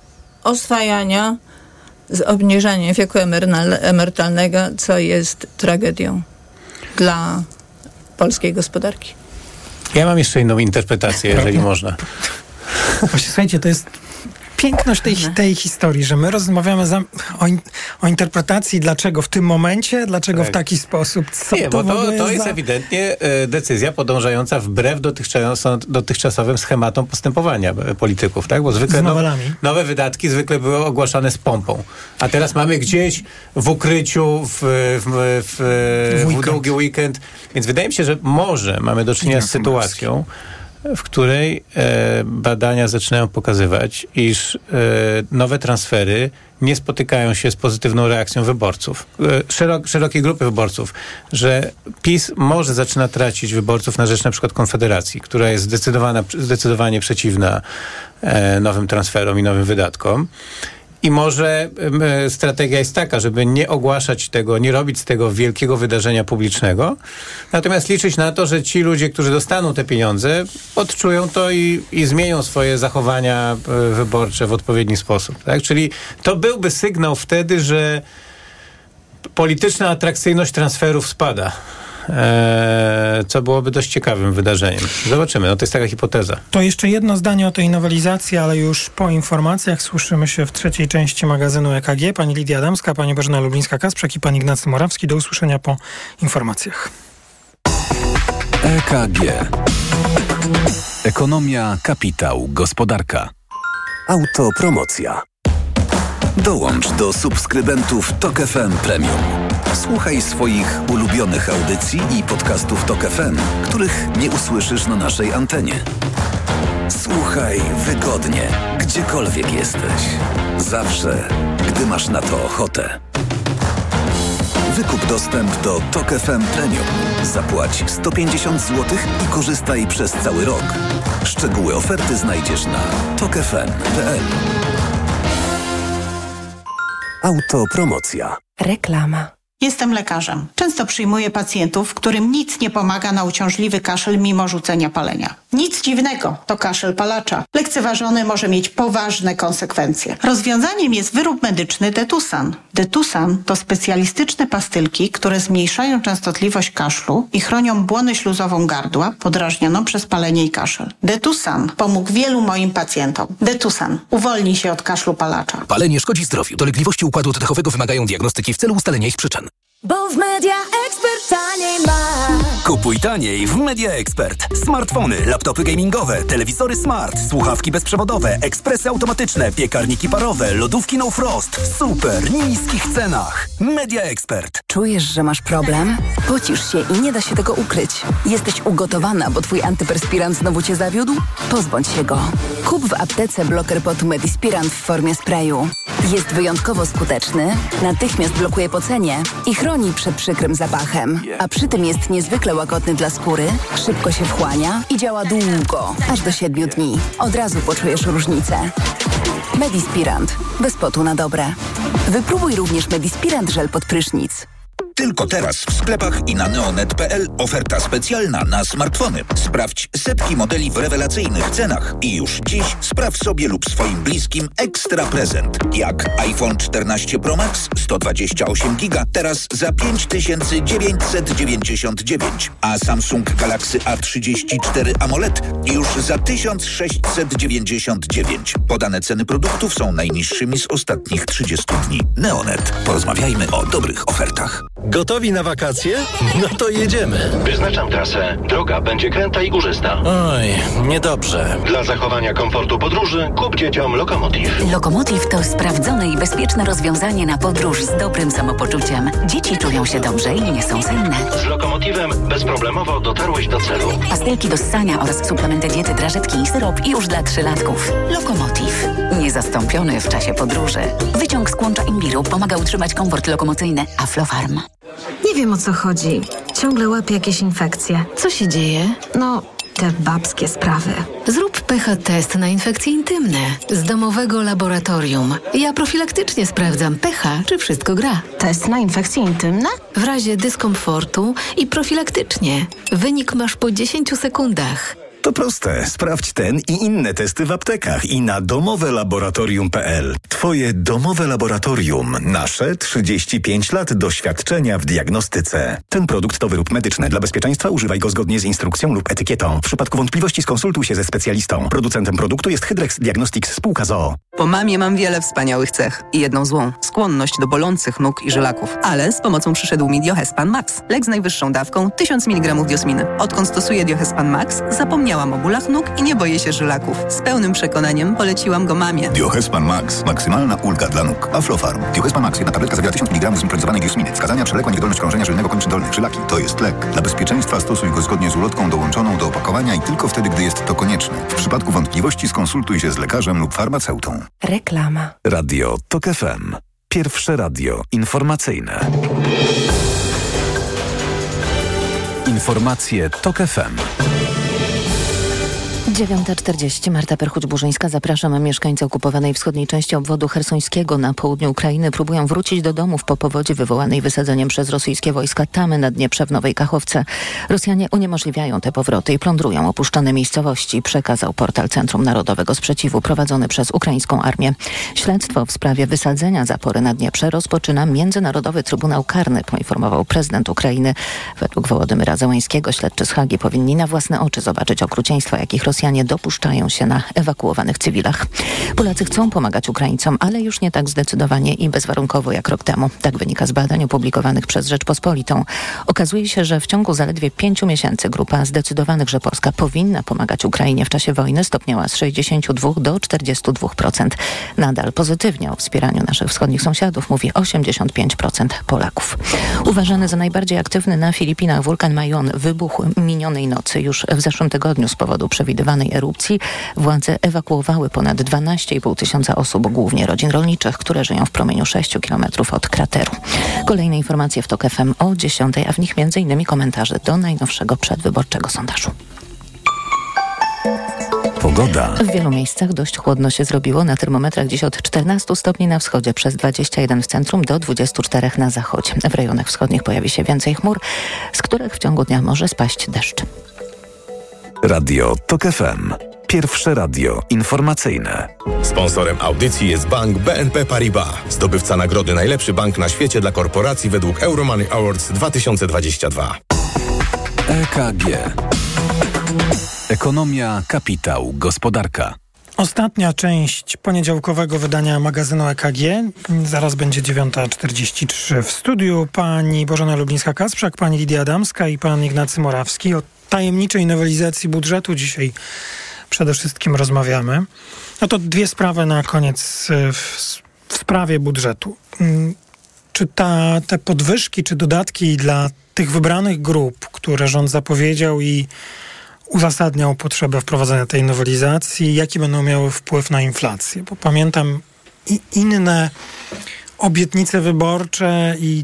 oswajania z obniżaniem wieku emerytalnego, co jest tragedią dla polskiej gospodarki. Ja mam jeszcze inną interpretację, jeżeli można. Właśnie, słuchajcie, to jest piękność tej, tej historii, że my rozmawiamy za, o, in, o interpretacji, dlaczego w tym momencie, dlaczego tak. w taki sposób. Co Nie, to bo to, to jest za... ewidentnie e, decyzja podążająca wbrew dotychczas, dotychczasowym schematom postępowania polityków, tak? Bo zwykle no, nowe wydatki zwykle były ogłaszane z pompą. A teraz mamy gdzieś w ukryciu, w, w, w, w, w długi weekend. Więc wydaje mi się, że może mamy do czynienia z sytuacją, w której e, badania zaczynają pokazywać, iż e, nowe transfery nie spotykają się z pozytywną reakcją wyborców, e, szerok, szerokiej grupy wyborców, że PiS może zaczyna tracić wyborców na rzecz na przykład Konfederacji, która jest zdecydowana, zdecydowanie przeciwna e, nowym transferom i nowym wydatkom. I może y, strategia jest taka, żeby nie ogłaszać tego, nie robić z tego wielkiego wydarzenia publicznego, natomiast liczyć na to, że ci ludzie, którzy dostaną te pieniądze, odczują to i, i zmienią swoje zachowania y, wyborcze w odpowiedni sposób. Tak? Czyli to byłby sygnał wtedy, że polityczna atrakcyjność transferów spada. Eee, co byłoby dość ciekawym wydarzeniem. Zobaczymy, no to jest taka hipoteza. To jeszcze jedno zdanie o tej nowelizacji, ale już po informacjach słyszymy się w trzeciej części magazynu E K G. Pani Lidia Adamska, pani Bożena Lublińska-Kasprzak i pan Ignacy Morawski. Do usłyszenia po informacjach. E K G. Ekonomia, kapitał, gospodarka. Autopromocja. Dołącz do subskrybentów Tok F M Premium. Słuchaj swoich ulubionych audycji i podcastów Tok F M, których nie usłyszysz na naszej antenie. Słuchaj wygodnie, gdziekolwiek jesteś. Zawsze, gdy masz na to ochotę. Wykup dostęp do Tok F M Premium. Zapłać sto pięćdziesiąt złotych i korzystaj przez cały rok. Szczegóły oferty znajdziesz na tok f m kropka p l. Autopromocja. Reklama. Jestem lekarzem. Często przyjmuję pacjentów, którym nic nie pomaga na uciążliwy kaszel mimo rzucenia palenia. Nic dziwnego, to kaszel palacza. Lekceważony może mieć poważne konsekwencje. Rozwiązaniem jest wyrób medyczny Detusan. Detusan to specjalistyczne pastylki, które zmniejszają częstotliwość kaszlu i chronią błonę śluzową gardła podrażnioną przez palenie i kaszel. Detusan pomógł wielu moim pacjentom. Detusan. Uwolnij się od kaszlu palacza. Palenie szkodzi zdrowiu. Dolegliwości układu oddechowego wymagają diagnostyki w celu ustalenia ich przyczyn. Bo w Media Expert taniej masz. Kupuj taniej w Media Expert. Smartfony, laptopy gamingowe, telewizory smart, słuchawki bezprzewodowe, ekspresy automatyczne, piekarniki parowe, lodówki no frost. W super niskich cenach. Media Expert. Czujesz, że masz problem? Pocisz się i nie da się tego ukryć. Jesteś ugotowana, bo twój antyperspirant znowu cię zawiódł? Pozbądź się go. Kup w aptece bloker potu Medispirant w formie sprayu. Jest wyjątkowo skuteczny, natychmiast blokuje pocenie i chroni przed przykrym zapachem. A przy tym jest niezwykle łagodny dla skóry, szybko się wchłania i działa długo, aż do siedmiu dni. Od razu poczujesz różnicę. Medispirant. Bez potu na dobre. Wypróbuj również Medispirant żel pod prysznic. Tylko teraz w sklepach i na neonet kropka p l oferta specjalna na smartfony. Sprawdź setki modeli w rewelacyjnych cenach i już dziś spraw sobie lub swoim bliskim ekstra prezent. Jak iPhone czternaście Pro Max sto dwadzieścia osiem giga teraz za pięć tysięcy dziewięćset dziewięćdziesiąt dziewięć, a Samsung Galaxy A trzydzieści cztery AMOLED już za tysiąc sześćset dziewięćdziesiąt dziewięć. Podane ceny produktów są najniższymi z ostatnich trzydziestu dni. Neonet. Porozmawiajmy o dobrych ofertach. Gotowi na wakacje? No to jedziemy. Wyznaczam trasę. Droga będzie kręta i górzysta. Oj, niedobrze. Dla zachowania komfortu podróży kup dzieciom Lokomotiv. Lokomotiv to sprawdzone i bezpieczne rozwiązanie na podróż z dobrym samopoczuciem. Dzieci czują się dobrze i nie są senne. Z Lokomotivem bezproblemowo dotarłeś do celu. Pastelki do ssania oraz suplementy diety, drażetki i syrop już dla trzylatków. Lokomotiv. Niezastąpiony w czasie podróży. Wyciąg z kłącza imbiru pomaga utrzymać komfort lokomocyjny. Aflofarm. Nie wiem, o co chodzi. Ciągle łapię jakieś infekcje. Co się dzieje? No, te babskie sprawy. Zrób pH test na infekcje intymne z domowego laboratorium. Ja profilaktycznie sprawdzam pH, czy wszystko gra. Test na infekcje intymne? W razie dyskomfortu i profilaktycznie. Wynik masz po dziesięciu sekundach. To proste. Sprawdź ten i inne testy w aptekach i na domowe laboratorium kropka p l. Twoje domowe laboratorium. Nasze trzydzieści pięć lat doświadczenia w diagnostyce. Ten produkt to wyrób medyczny. Dla bezpieczeństwa używaj go zgodnie z instrukcją lub etykietą. W przypadku wątpliwości skonsultuj się ze specjalistą. Producentem produktu jest Hydrex Diagnostics spółka z o o. Po mamie mam wiele wspaniałych cech i jedną złą. Skłonność do bolących nóg i żylaków. Ale z pomocą przyszedł mi Diohespan Max. Lek z najwyższą dawką tysiąc miligramów diosminy. Odkąd stosuję Diohespan Max, zapomniałam o bólach nóg i nie boję się żylaków. Z pełnym przekonaniem poleciłam go mamie. Diohespan Max. Maksymalna ulga dla nóg. Aflofarm. Diohespan Max. Jedna tabletka zawiera tysiąc miligramów zimpronizowanej diosminy. Wskazania: przewlekła niewydolność krążenia żylnego kończyn dolnych. Żylaki. To jest lek. Dla bezpieczeństwa stosuj go zgodnie z ulotką dołączoną do opakowania i tylko wtedy, gdy jest to konieczne. W przypadku wątpliwości skonsultuj się z lekarzem lub farmaceutą. Reklama. Radio TOK F M. Pierwsze radio informacyjne. Informacje TOK F M. dziewiąta czterdzieści. Marta Perchuć-Burzyńska. Zapraszam. Mieszkańcy okupowanej wschodniej części obwodu chersońskiego na południu Ukrainy próbują wrócić do domów po powodzi wywołanej wysadzeniem przez rosyjskie wojska tamy na Dnieprze w Nowej Kachowce. Rosjanie uniemożliwiają te powroty i plądrują opuszczone miejscowości, przekazał portal Centrum Narodowego Sprzeciwu prowadzony przez ukraińską armię. Śledztwo w sprawie wysadzenia zapory na Dnieprze rozpoczyna Międzynarodowy Trybunał Karny, poinformował prezydent Ukrainy. Według Wołodymyra Zełańskiego śledczy z Hagi powinni na własne oczy zobaczyć okrucieństwa, jakich Rosjanie dopuszczają się na ewakuowanych cywilach. Polacy chcą pomagać Ukraińcom, ale już nie tak zdecydowanie i bezwarunkowo jak rok temu. Tak wynika z badań opublikowanych przez Rzeczpospolitą. Okazuje się, że w ciągu zaledwie pięciu miesięcy grupa zdecydowanych, że Polska powinna pomagać Ukrainie w czasie wojny, stopniała z sześćdziesięciu dwóch do czterdziestu dwóch procent. Nadal pozytywnie o wspieraniu naszych wschodnich sąsiadów mówi osiemdziesiąt pięć procent Polaków. Uważany za najbardziej aktywny na Filipinach wulkan Mayon wybuchł minionej nocy. Już w zeszłym tygodniu z powodu przewidywanej erupcji władze ewakuowały ponad dwanaście i pół tysiąca osób, głównie rodzin rolniczych, które żyją w promieniu sześciu kilometrów od krateru. Kolejne informacje w TOK F M o dziesiątej, a w nich między innymi komentarze do najnowszego przedwyborczego sondażu. Pogoda. W wielu miejscach dość chłodno się zrobiło. Na termometrach dziś od czternastu stopni na wschodzie, przez dwadzieścia jeden w centrum do dwudziestu czterech na zachodzie. W rejonach wschodnich pojawi się więcej chmur, z których w ciągu dnia może spaść deszcz. Radio TOK F M. Pierwsze radio informacyjne. Sponsorem audycji jest bank B N P Paribas, zdobywca nagrody Najlepszy Bank na świecie dla korporacji według Euromoney Awards dwa tysiące dwadzieścia dwa. E K G. Ekonomia, kapitał, gospodarka. Ostatnia część poniedziałkowego wydania magazynu E K G. Zaraz będzie dziewiąta czterdzieści trzy. W studiu pani Bożena Lublińska-Kasprzak, pani Lidia Adamska i pan Ignacy Morawski. O tajemniczej nowelizacji budżetu dzisiaj przede wszystkim rozmawiamy. No to dwie sprawy na koniec w, w sprawie budżetu. Czy ta, te podwyżki, czy dodatki dla tych wybranych grup, które rząd zapowiedział i uzasadniał potrzebę wprowadzenia tej nowelizacji, jaki będą miały wpływ na inflację? Bo pamiętam, i inne obietnice wyborcze i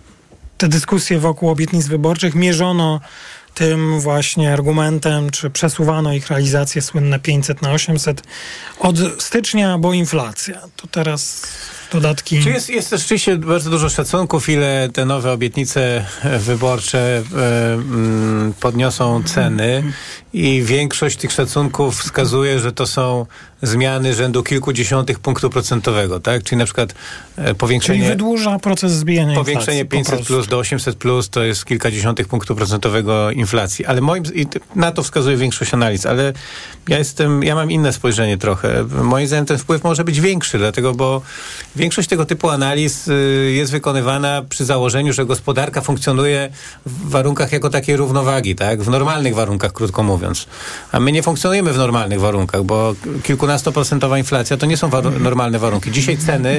te dyskusje wokół obietnic wyborczych mierzono tym właśnie argumentem, czy przesuwano ich realizację, słynne pięćset na osiemset od stycznia, bo inflacja. To teraz dodatki... Czy jest, jest też rzeczywiście bardzo dużo szacunków, ile te nowe obietnice wyborcze e, m, podniosą ceny i większość tych szacunków wskazuje, że to są zmiany rzędu kilkudziesiątych punktu procentowego, tak? Czyli na przykład e, powiększenie... Czyli wydłuża proces zbijania Powiększenie inflacji, pięćset po plus do osiemset plus to jest kilkadziesiątych punktu procentowego inflacji. Ale moim... I na to wskazuje większość analiz, ale ja jestem... Ja mam inne spojrzenie trochę. Moim zdaniem ten wpływ może być większy, dlatego, bo większość tego typu analiz y, jest wykonywana przy założeniu, że gospodarka funkcjonuje w warunkach jako takiej równowagi, tak? W normalnych warunkach, krótko mówiąc. A my nie funkcjonujemy w normalnych warunkach, bo kilkunastoprocentowa inflacja to nie są war- normalne warunki. Dzisiaj ceny,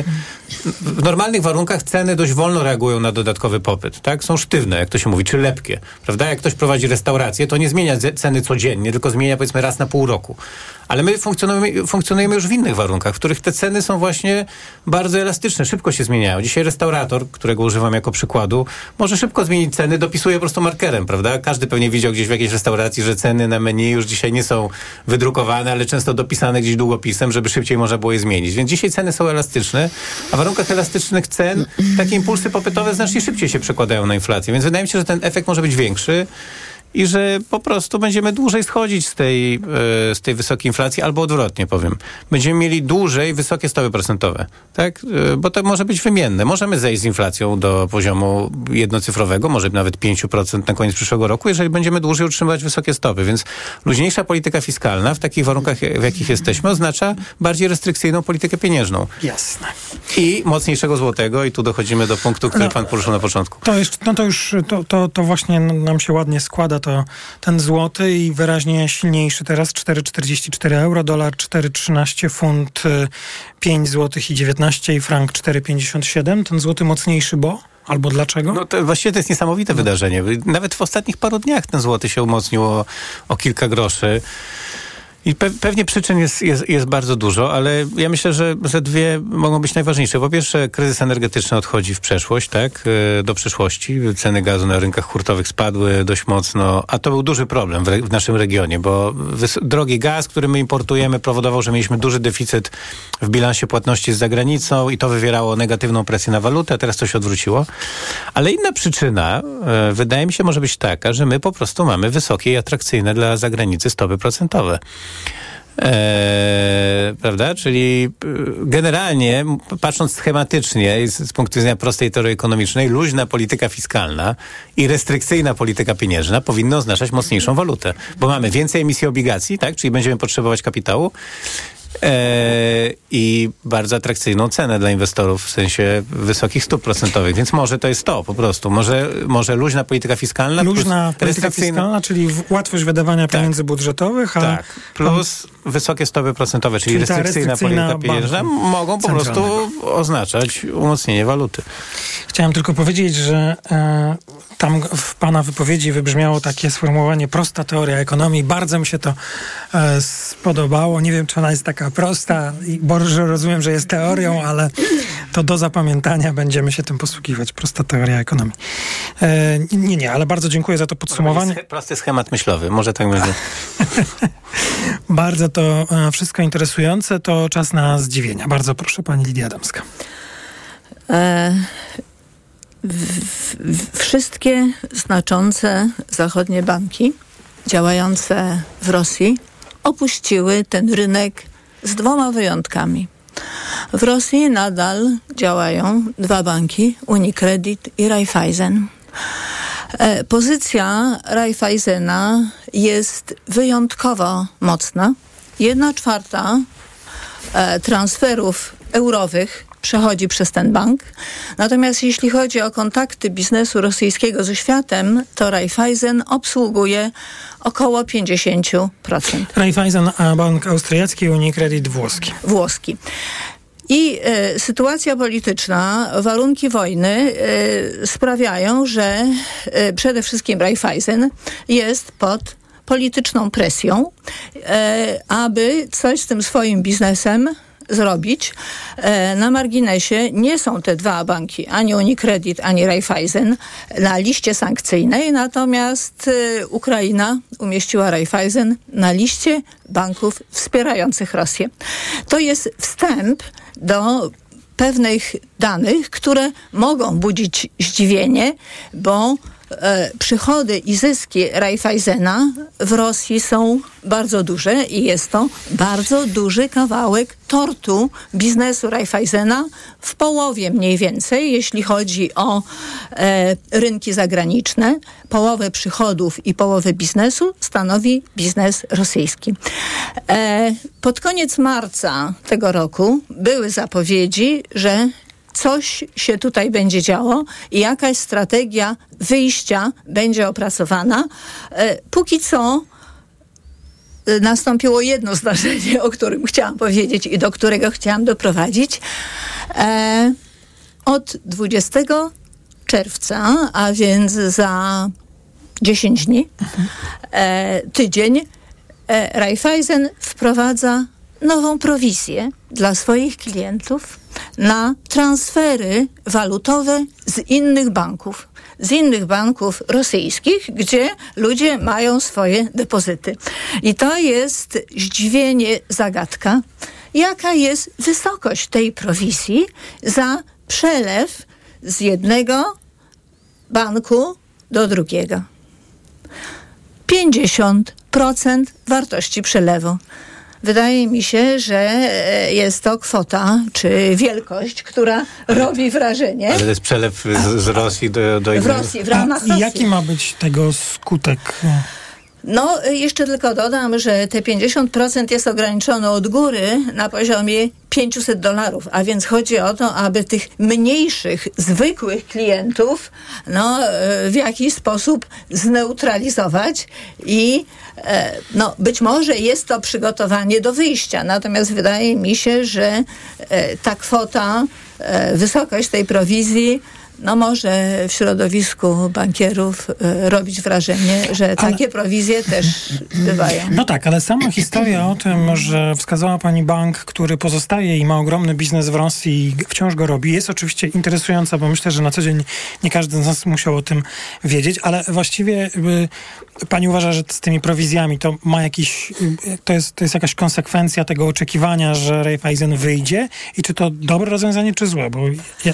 w normalnych warunkach ceny dość wolno reagują na dodatkowy popyt, tak? Są sztywne, jak to się mówi, czy lepkie, prawda? Jak ktoś prowadzi restaurację, to nie zmienia z- ceny codziennie, tylko zmienia, powiedzmy, raz na pół roku. Ale my funkcjonujemy, funkcjonujemy już w innych warunkach, w których te ceny są właśnie bardzo elastyczne, szybko się zmieniają. Dzisiaj restaurator, którego używam jako przykładu, może szybko zmienić ceny, dopisuje po prostu markerem, prawda? Każdy pewnie widział gdzieś w jakiejś restauracji, że ceny na menu już dzisiaj nie są wydrukowane, ale często dopisane gdzieś długopisem, żeby szybciej można było je zmienić. Więc dzisiaj ceny są elastyczne, a w warunkach elastycznych cen takie impulsy popytowe znacznie szybciej się przekładają na inflację. Więc wydaje mi się, że ten efekt może być większy i że po prostu będziemy dłużej schodzić z tej, yy, z tej wysokiej inflacji, albo odwrotnie powiem. Będziemy mieli dłużej wysokie stopy procentowe, tak? Yy, bo to może być wymienne. Możemy zejść z inflacją do poziomu jednocyfrowego, może nawet pięć procent na koniec przyszłego roku, jeżeli będziemy dłużej utrzymywać wysokie stopy. Więc luźniejsza polityka fiskalna w takich warunkach, w jakich jesteśmy, oznacza bardziej restrykcyjną politykę pieniężną. Jasne. I mocniejszego złotego, i tu dochodzimy do punktu, który no, pan poruszył na początku. To, jest, no to już, to, to, to właśnie nam się ładnie składa, to ten złoty i wyraźnie silniejszy teraz cztery czterdzieści cztery euro, dolar cztery trzynaście, funt pięć złotych i dziewiętnaście i frank cztery pięćdziesiąt siedem. Ten złoty mocniejszy, bo? Albo dlaczego? No to właściwie to jest niesamowite no. wydarzenie. Nawet w ostatnich paru dniach ten złoty się umocnił o, o kilka groszy. I pe- pewnie przyczyn jest, jest, jest bardzo dużo, ale ja myślę, że, że dwie mogą być najważniejsze. Po pierwsze, kryzys energetyczny odchodzi w przeszłość, tak, do przyszłości. Ceny gazu na rynkach hurtowych spadły dość mocno, a to był duży problem w, re- w naszym regionie, bo wys- drogi gaz, który my importujemy, powodował, że mieliśmy duży deficyt w bilansie płatności z zagranicą i to wywierało negatywną presję na walutę, a teraz to się odwróciło. Ale inna przyczyna, e, wydaje mi się, może być taka, że my po prostu mamy wysokie i atrakcyjne dla zagranicy stopy procentowe. Eee, prawda? Czyli generalnie, patrząc schematycznie z, z punktu widzenia prostej teorii ekonomicznej, luźna polityka fiskalna i restrykcyjna polityka pieniężna powinny oznaczać mocniejszą walutę, bo mamy więcej emisji obligacji, tak? Czyli będziemy potrzebować kapitału Eee, i bardzo atrakcyjną cenę dla inwestorów w sensie wysokich stóp procentowych. Więc może to jest to po prostu. Może, może luźna polityka fiskalna. Luźna polityka fiskalna, czyli łatwość wydawania tak. pieniędzy budżetowych. A tak. Plus a... wysokie stopy procentowe, czyli, czyli restrykcyjna, restrykcyjna polityka pieniężna mogą po prostu oznaczać umocnienie waluty. Chciałem tylko powiedzieć, że e, tam w pana wypowiedzi wybrzmiało takie sformułowanie prosta teoria ekonomii. Bardzo mi się to e, spodobało. Nie wiem, czy ona jest taka prosta, bo rozumiem, że jest teorią, ale to do zapamiętania będziemy się tym posługiwać. Prosta teoria ekonomii. E, nie, nie, ale bardzo dziękuję za to podsumowanie. To jest prosty schemat myślowy, może tak będzie. Bardzo to e, wszystko interesujące. To czas na zdziwienia. Bardzo proszę, pani Lidia Adamska. E, w, w, wszystkie znaczące zachodnie banki działające w Rosji opuściły ten rynek z dwoma wyjątkami. W Rosji nadal działają dwa banki, Unicredit i Raiffeisen. E, pozycja Raiffeisena jest wyjątkowo mocna. Jedna czwarta e, transferów eurowych przechodzi przez ten bank. Natomiast jeśli chodzi o kontakty biznesu rosyjskiego ze światem, to Raiffeisen obsługuje około pięćdziesiąt procent. Raiffeisen, bank austriacki, Unicredit włoski. Włoski. I e, sytuacja polityczna, warunki wojny e, sprawiają, że e, przede wszystkim Raiffeisen jest pod polityczną presją, e, aby coś z tym swoim biznesem zrobić. Na marginesie nie są te dwa banki, ani Unicredit, ani Raiffeisen na liście sankcyjnej, natomiast Ukraina umieściła Raiffeisen na liście banków wspierających Rosję. To jest wstęp do pewnych danych, które mogą budzić zdziwienie, bo e, przychody i zyski Raiffeisena w Rosji są bardzo duże i jest to bardzo duży kawałek tortu biznesu Raiffeisena, w połowie mniej więcej, jeśli chodzi o e, rynki zagraniczne. Połowę przychodów i połowę biznesu stanowi biznes rosyjski. E, pod koniec marca tego roku były zapowiedzi, że coś się tutaj będzie działo i jakaś strategia wyjścia będzie opracowana. E, póki co nastąpiło jedno zdarzenie, o którym chciałam powiedzieć i do którego chciałam doprowadzić. E, od dwudziestego czerwca, a więc za dziesięć dni, e, tydzień, e, Raiffeisen wprowadza nową prowizję dla swoich klientów na transfery walutowe z innych banków. Z innych banków rosyjskich, gdzie ludzie mają swoje depozyty. I to jest zdziwienie, zagadka. Jaka jest wysokość tej prowizji za przelew z jednego banku do drugiego? pięćdziesiąt procent wartości przelewu. Wydaje mi się, że jest to kwota, czy wielkość, która robi wrażenie. Ale to jest przelew z, z Rosji do, do innych... W Rosji, w ramach Rosji. Jaki ma być tego skutek? No, jeszcze tylko dodam, że te pięćdziesiąt procent jest ograniczone od góry na poziomie pięćset dolarów, a więc chodzi o to, aby tych mniejszych, zwykłych klientów no, w jakiś sposób zneutralizować i no, być może jest to przygotowanie do wyjścia, natomiast wydaje mi się, że ta kwota, wysokość tej prowizji no może w środowisku bankierów y, robić wrażenie, że takie ale... prowizje też bywają. No tak, ale sama historia o tym, że wskazała pani bank, który pozostaje i ma ogromny biznes w Rosji i wciąż go robi, jest oczywiście interesująca, bo myślę, że na co dzień nie każdy z nas musiał o tym wiedzieć, ale właściwie y, pani uważa, że z tymi prowizjami to ma jakiś, y, to jest, to jest jakaś konsekwencja tego oczekiwania, że Raiffeisen wyjdzie i czy to dobre rozwiązanie, czy złe? Bo ja...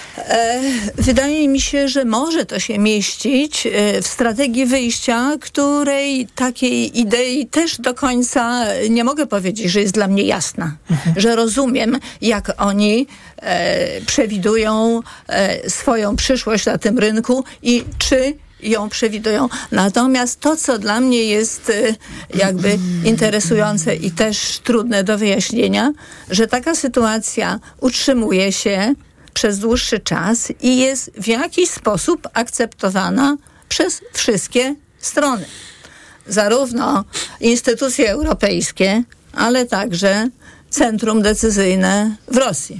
Wydaje mi się, że może to się mieścić w strategii wyjścia, której takiej idei też do końca nie mogę powiedzieć, że jest dla mnie jasna. Mhm. Że rozumiem, jak oni e, przewidują e, swoją przyszłość na tym rynku i czy ją przewidują. Natomiast to, co dla mnie jest jakby interesujące i też trudne do wyjaśnienia, że taka sytuacja utrzymuje się przez dłuższy czas i jest w jakiś sposób akceptowana przez wszystkie strony. Zarówno instytucje europejskie, ale także centrum decyzyjne w Rosji.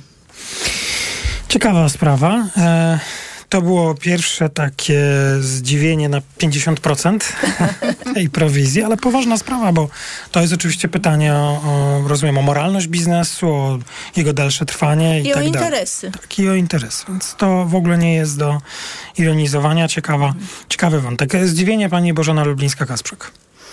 Ciekawa sprawa. E- To było pierwsze takie zdziwienie na pięćdziesiąt procent tej prowizji, ale poważna sprawa, bo to jest oczywiście pytanie o, o rozumiem, o moralność biznesu, o jego dalsze trwanie i, I tak o dalej. interesy. Tak, i o interesy. Więc to w ogóle nie jest do ironizowania. Ciekawa, ciekawy wątek. Zdziwienie pani Bożena Lublińska-Kasprzak.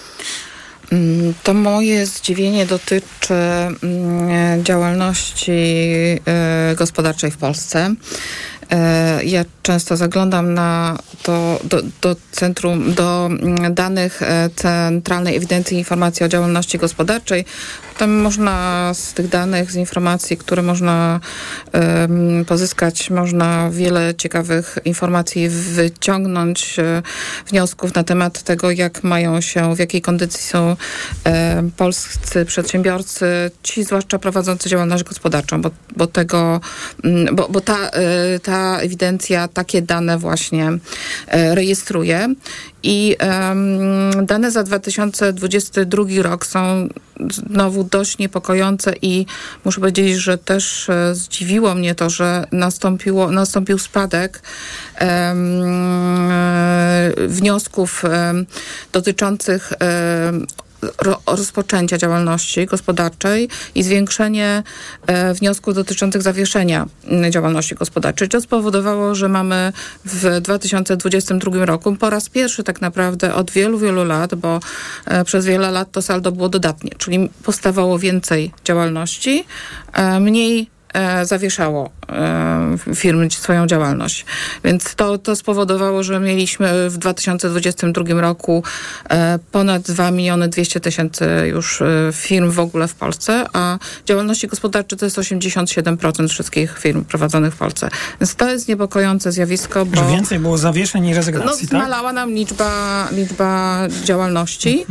To moje zdziwienie dotyczy działalności gospodarczej w Polsce. Ja często zaglądam na to, do, do centrum, do danych Centralnej Ewidencji i Informacji o Działalności Gospodarczej. Tam można z tych danych, z informacji, które można um, pozyskać, można wiele ciekawych informacji wyciągnąć, e, wniosków na temat tego, jak mają się, w jakiej kondycji są e, polscy przedsiębiorcy, ci zwłaszcza prowadzący działalność gospodarczą, bo, bo tego, bo, bo ta, e, ta ewidencja takie dane właśnie e, rejestruje. I um, dane za dwa tysiące dwudziesty drugi rok są znowu dość niepokojące i muszę powiedzieć, że też e, zdziwiło mnie to, że nastąpiło, nastąpił spadek um, e, wniosków e, dotyczących e, ro, rozpoczęcia działalności gospodarczej i zwiększenie e, wniosków dotyczących zawieszenia działalności gospodarczej. To spowodowało, że mamy w dwa tysiące dwudziestym drugim roku po raz pierwszy tak naprawdę od wielu, wielu lat, bo e, przez wiele lat to saldo było dodatnie, czyli powstawało więcej działalności, e, mniej e, zawieszało e, firmy swoją działalność. Więc to, to spowodowało, że mieliśmy w dwa tysiące dwudziestym drugim roku e, ponad dwa miliony dwieście tysięcy już e, firm w ogóle w Polsce, a działalności gospodarcze to jest osiemdziesiąt siedem procent wszystkich firm prowadzonych w Polsce. Więc to jest niepokojące zjawisko, bo... Że więcej było zawieszeń i rezygnacji, no, zmalała tak? nam liczba, liczba działalności.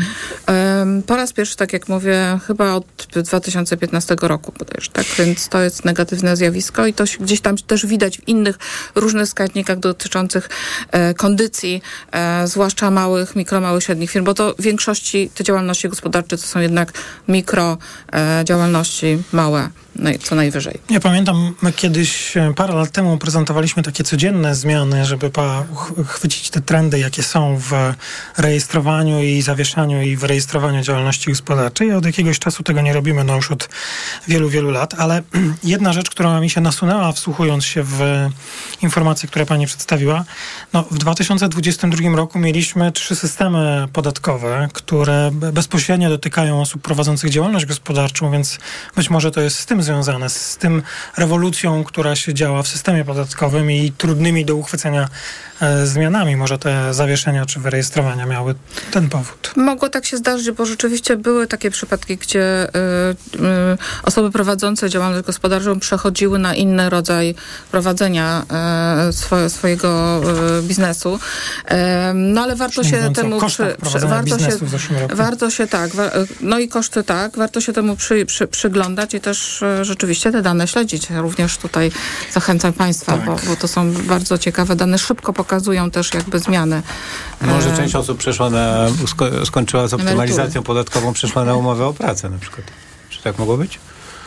Um, po raz pierwszy, tak jak mówię, chyba od dwa tysiące piętnastego roku bodajże, tak? Więc to jest negatywne zjawisko i to się gdzieś tam też widać w innych różnych wskaźnikach dotyczących e, kondycji, e, zwłaszcza małych, mikro, małych, średnich firm, bo to w większości te działalności gospodarcze to są jednak mikro e, działalności małe, no co najwyżej. Ja pamiętam, my kiedyś parę lat temu prezentowaliśmy takie codzienne zmiany, żeby pa, ch- chwycić te trendy, jakie są w rejestrowaniu i zawieszaniu i w rejestrowaniu działalności gospodarczej. Od jakiegoś czasu tego nie robimy, no już od wielu, wielu lat, ale jedna rzecz, która mi się nasunęła, wsłuchując się w informacje, które pani przedstawiła, no w dwa tysiące dwudziestym drugim roku mieliśmy trzy systemy podatkowe, które bezpośrednio dotykają osób prowadzących działalność gospodarczą, więc być może to jest z tym związane, z tym rewolucją, która się działa w systemie podatkowym i trudnymi do uchwycenia e, zmianami. Może te zawieszenia czy wyrejestrowania miały ten powód. Mogło tak się zdarzyć, bo rzeczywiście były takie przypadki, gdzie y, y, osoby prowadzące działalność gospodarczą przechodziły na inny rodzaj prowadzenia y, swoje, swojego y, biznesu. Y, no ale warto się Mówiąc temu... Przy, przy, warto, się, warto się tak, wa, no i koszty tak, warto się temu przy, przy, przyglądać i też y, rzeczywiście te dane śledzić. Również tutaj zachęcam Państwa, tak. bo, bo to są bardzo ciekawe dane. Szybko pokazują też jakby zmiany. Może część osób przeszła na, sko- skończyła z optymalizacją emerytury podatkową, przeszła na umowę o pracę na przykład. Czy tak mogło być?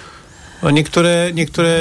Bo niektóre, niektóre,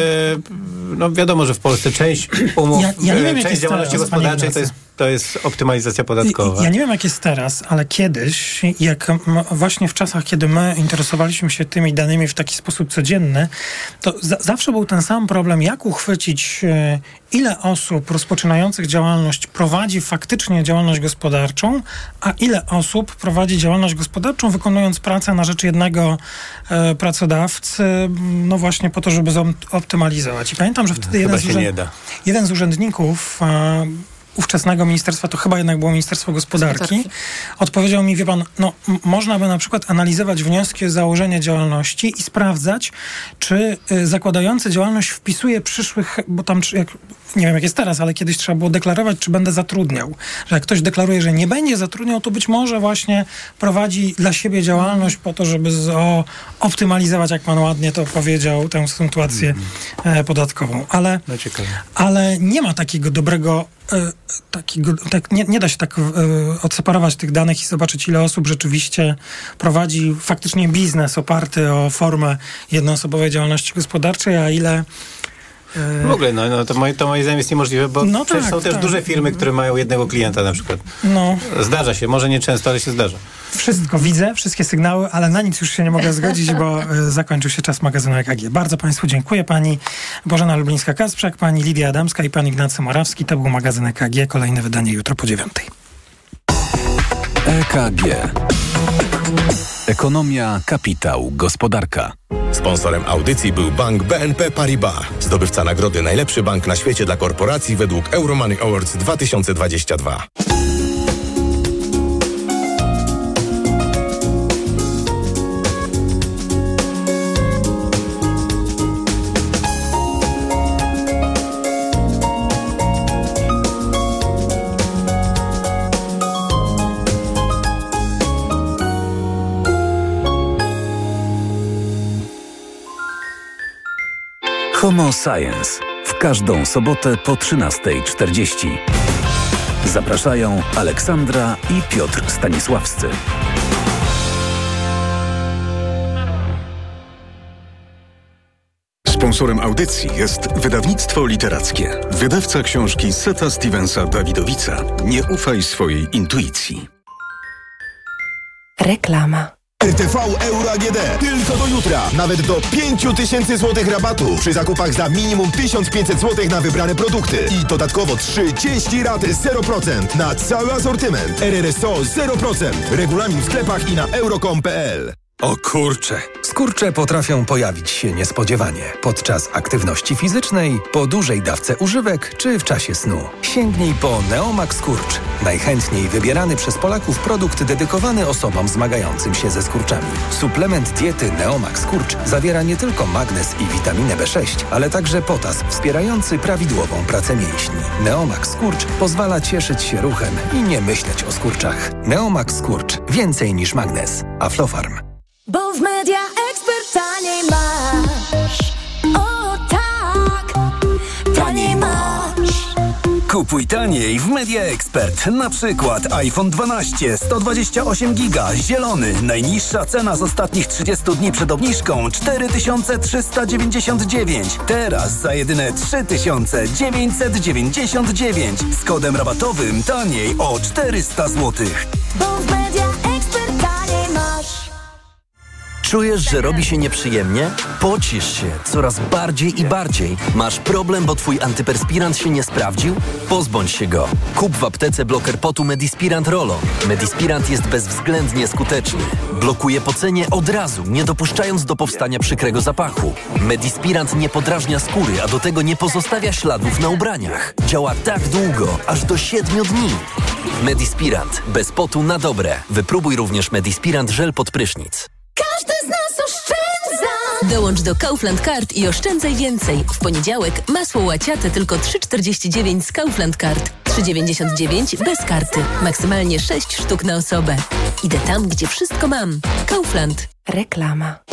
no wiadomo, że w Polsce część umów, ja, ja nie wiem, część działalności gospodarczej to jest, to jest optymalizacja podatkowa. Ja nie wiem, jak jest teraz, ale kiedyś, jak m- właśnie w czasach, kiedy my interesowaliśmy się tymi danymi w taki sposób codzienny, to za- zawsze był ten sam problem, jak uchwycić, e, ile osób rozpoczynających działalność prowadzi faktycznie działalność gospodarczą, a ile osób prowadzi działalność gospodarczą, wykonując pracę na rzecz jednego e, pracodawcy, no właśnie po to, żeby zoptymalizować. I pamiętam, że wtedy jeden z, urzęd... jeden z urzędników e, ówczesnego ministerstwa, to chyba jednak było Ministerstwo Gospodarki, Gospodarki. odpowiedział mi, wie pan, no m- można by na przykład analizować wnioski o założenie działalności i sprawdzać, czy y, zakładający działalność wpisuje przyszłych, bo tam, jak, nie wiem jak jest teraz, ale kiedyś trzeba było deklarować, czy będę zatrudniał. Że jak ktoś deklaruje, że nie będzie zatrudniał, to być może właśnie prowadzi dla siebie działalność po to, żeby z, o, optymalizować, jak pan ładnie to powiedział, tę sytuację mm. e, podatkową. Ale, no ale nie ma takiego dobrego Takiego, tak, nie, nie da się tak y, odseparować tych danych i zobaczyć, ile osób rzeczywiście prowadzi faktycznie biznes oparty o formę jednoosobowej działalności gospodarczej, a ile y... w ogóle, no, no to, moje, to moim zdaniem jest niemożliwe, bo no przecież tak, są też tak. duże firmy, które mają jednego klienta na przykład. No. Zdarza się, może nie często, ale się zdarza. Wszystko widzę, wszystkie sygnały, ale na nic już się nie mogę zgodzić, bo y, zakończył się czas magazynu E K G. Bardzo Państwu dziękuję. Pani Bożena Lublińska-Kasprzak, pani Lidia Adamska i pan Ignacy Morawski. To był magazyn E K G. Kolejne wydanie jutro po dziewiątej. E K G. Ekonomia, kapitał, gospodarka. Sponsorem audycji był bank B N P Paribas, zdobywca nagrody Najlepszy Bank na świecie dla korporacji według Euromoney Awards dwa tysiące dwadzieścia dwa. Homo Science. W każdą sobotę po trzynasta czterdzieści. Zapraszają Aleksandra i Piotr Stanisławscy. Sponsorem audycji jest wydawnictwo literackie. Wydawca książki Seta Stevensa Dawidowica. Nie ufaj swojej intuicji. Reklama. R T V Euro A G D. Tylko do jutra. Nawet do pięć tysięcy złotych rabatu przy zakupach za minimum tysiąc pięćset złotych na wybrane produkty. I dodatkowo trzydzieści rat zero procent na cały asortyment. R R S O zero procent. Regulamin w sklepach i na euro kropka com kropka p l. O kurcze. Skurcze potrafią pojawić się niespodziewanie. Podczas aktywności fizycznej, po dużej dawce używek czy w czasie snu. Sięgnij po Neomax Skurcz. Najchętniej wybierany przez Polaków produkt dedykowany osobom zmagającym się ze skurczami. Suplement diety Neomax Skurcz zawiera nie tylko magnez i witaminę B sześć, ale także potas wspierający prawidłową pracę mięśni. Neomax Skurcz pozwala cieszyć się ruchem i nie myśleć o skurczach. Neomax Skurcz. Więcej niż magnez. Aflofarm. Bo w Media Expert taniej masz. O tak, taniej masz. Kupuj taniej w Media Expert. Na przykład iPhone dwanaście, sto dwadzieścia osiem giga, zielony. Najniższa cena z ostatnich trzydziestu dni przed obniżką cztery tysiące trzysta dziewięćdziesiąt dziewięć. Teraz za jedyne trzy tysiące dziewięćset dziewięćdziesiąt dziewięć. Z kodem rabatowym taniej o czterysta złotych. Bo w Media Expert taniej masz. Czujesz, że robi się nieprzyjemnie? Pocisz się coraz bardziej i bardziej. Masz problem, bo twój antyperspirant się nie sprawdził? Pozbądź się go. Kup w aptece bloker potu Medispirant Rolon. Medispirant jest bezwzględnie skuteczny. Blokuje pocenie od razu, nie dopuszczając do powstania przykrego zapachu. Medispirant nie podrażnia skóry, a do tego nie pozostawia śladów na ubraniach. Działa tak długo, aż do siedmiu dni. Medispirant. Bez potu na dobre. Wypróbuj również Medispirant żel pod prysznic. Każdy z nas oszczędza. Dołącz do Kaufland Card i oszczędzaj więcej. W poniedziałek masło łaciate tylko trzy czterdzieści dziewięć z Kaufland Card. trzy dziewięćdziesiąt dziewięć bez karty. Maksymalnie sześć sztuk na osobę. Idę tam, gdzie wszystko mam. Kaufland. Reklama.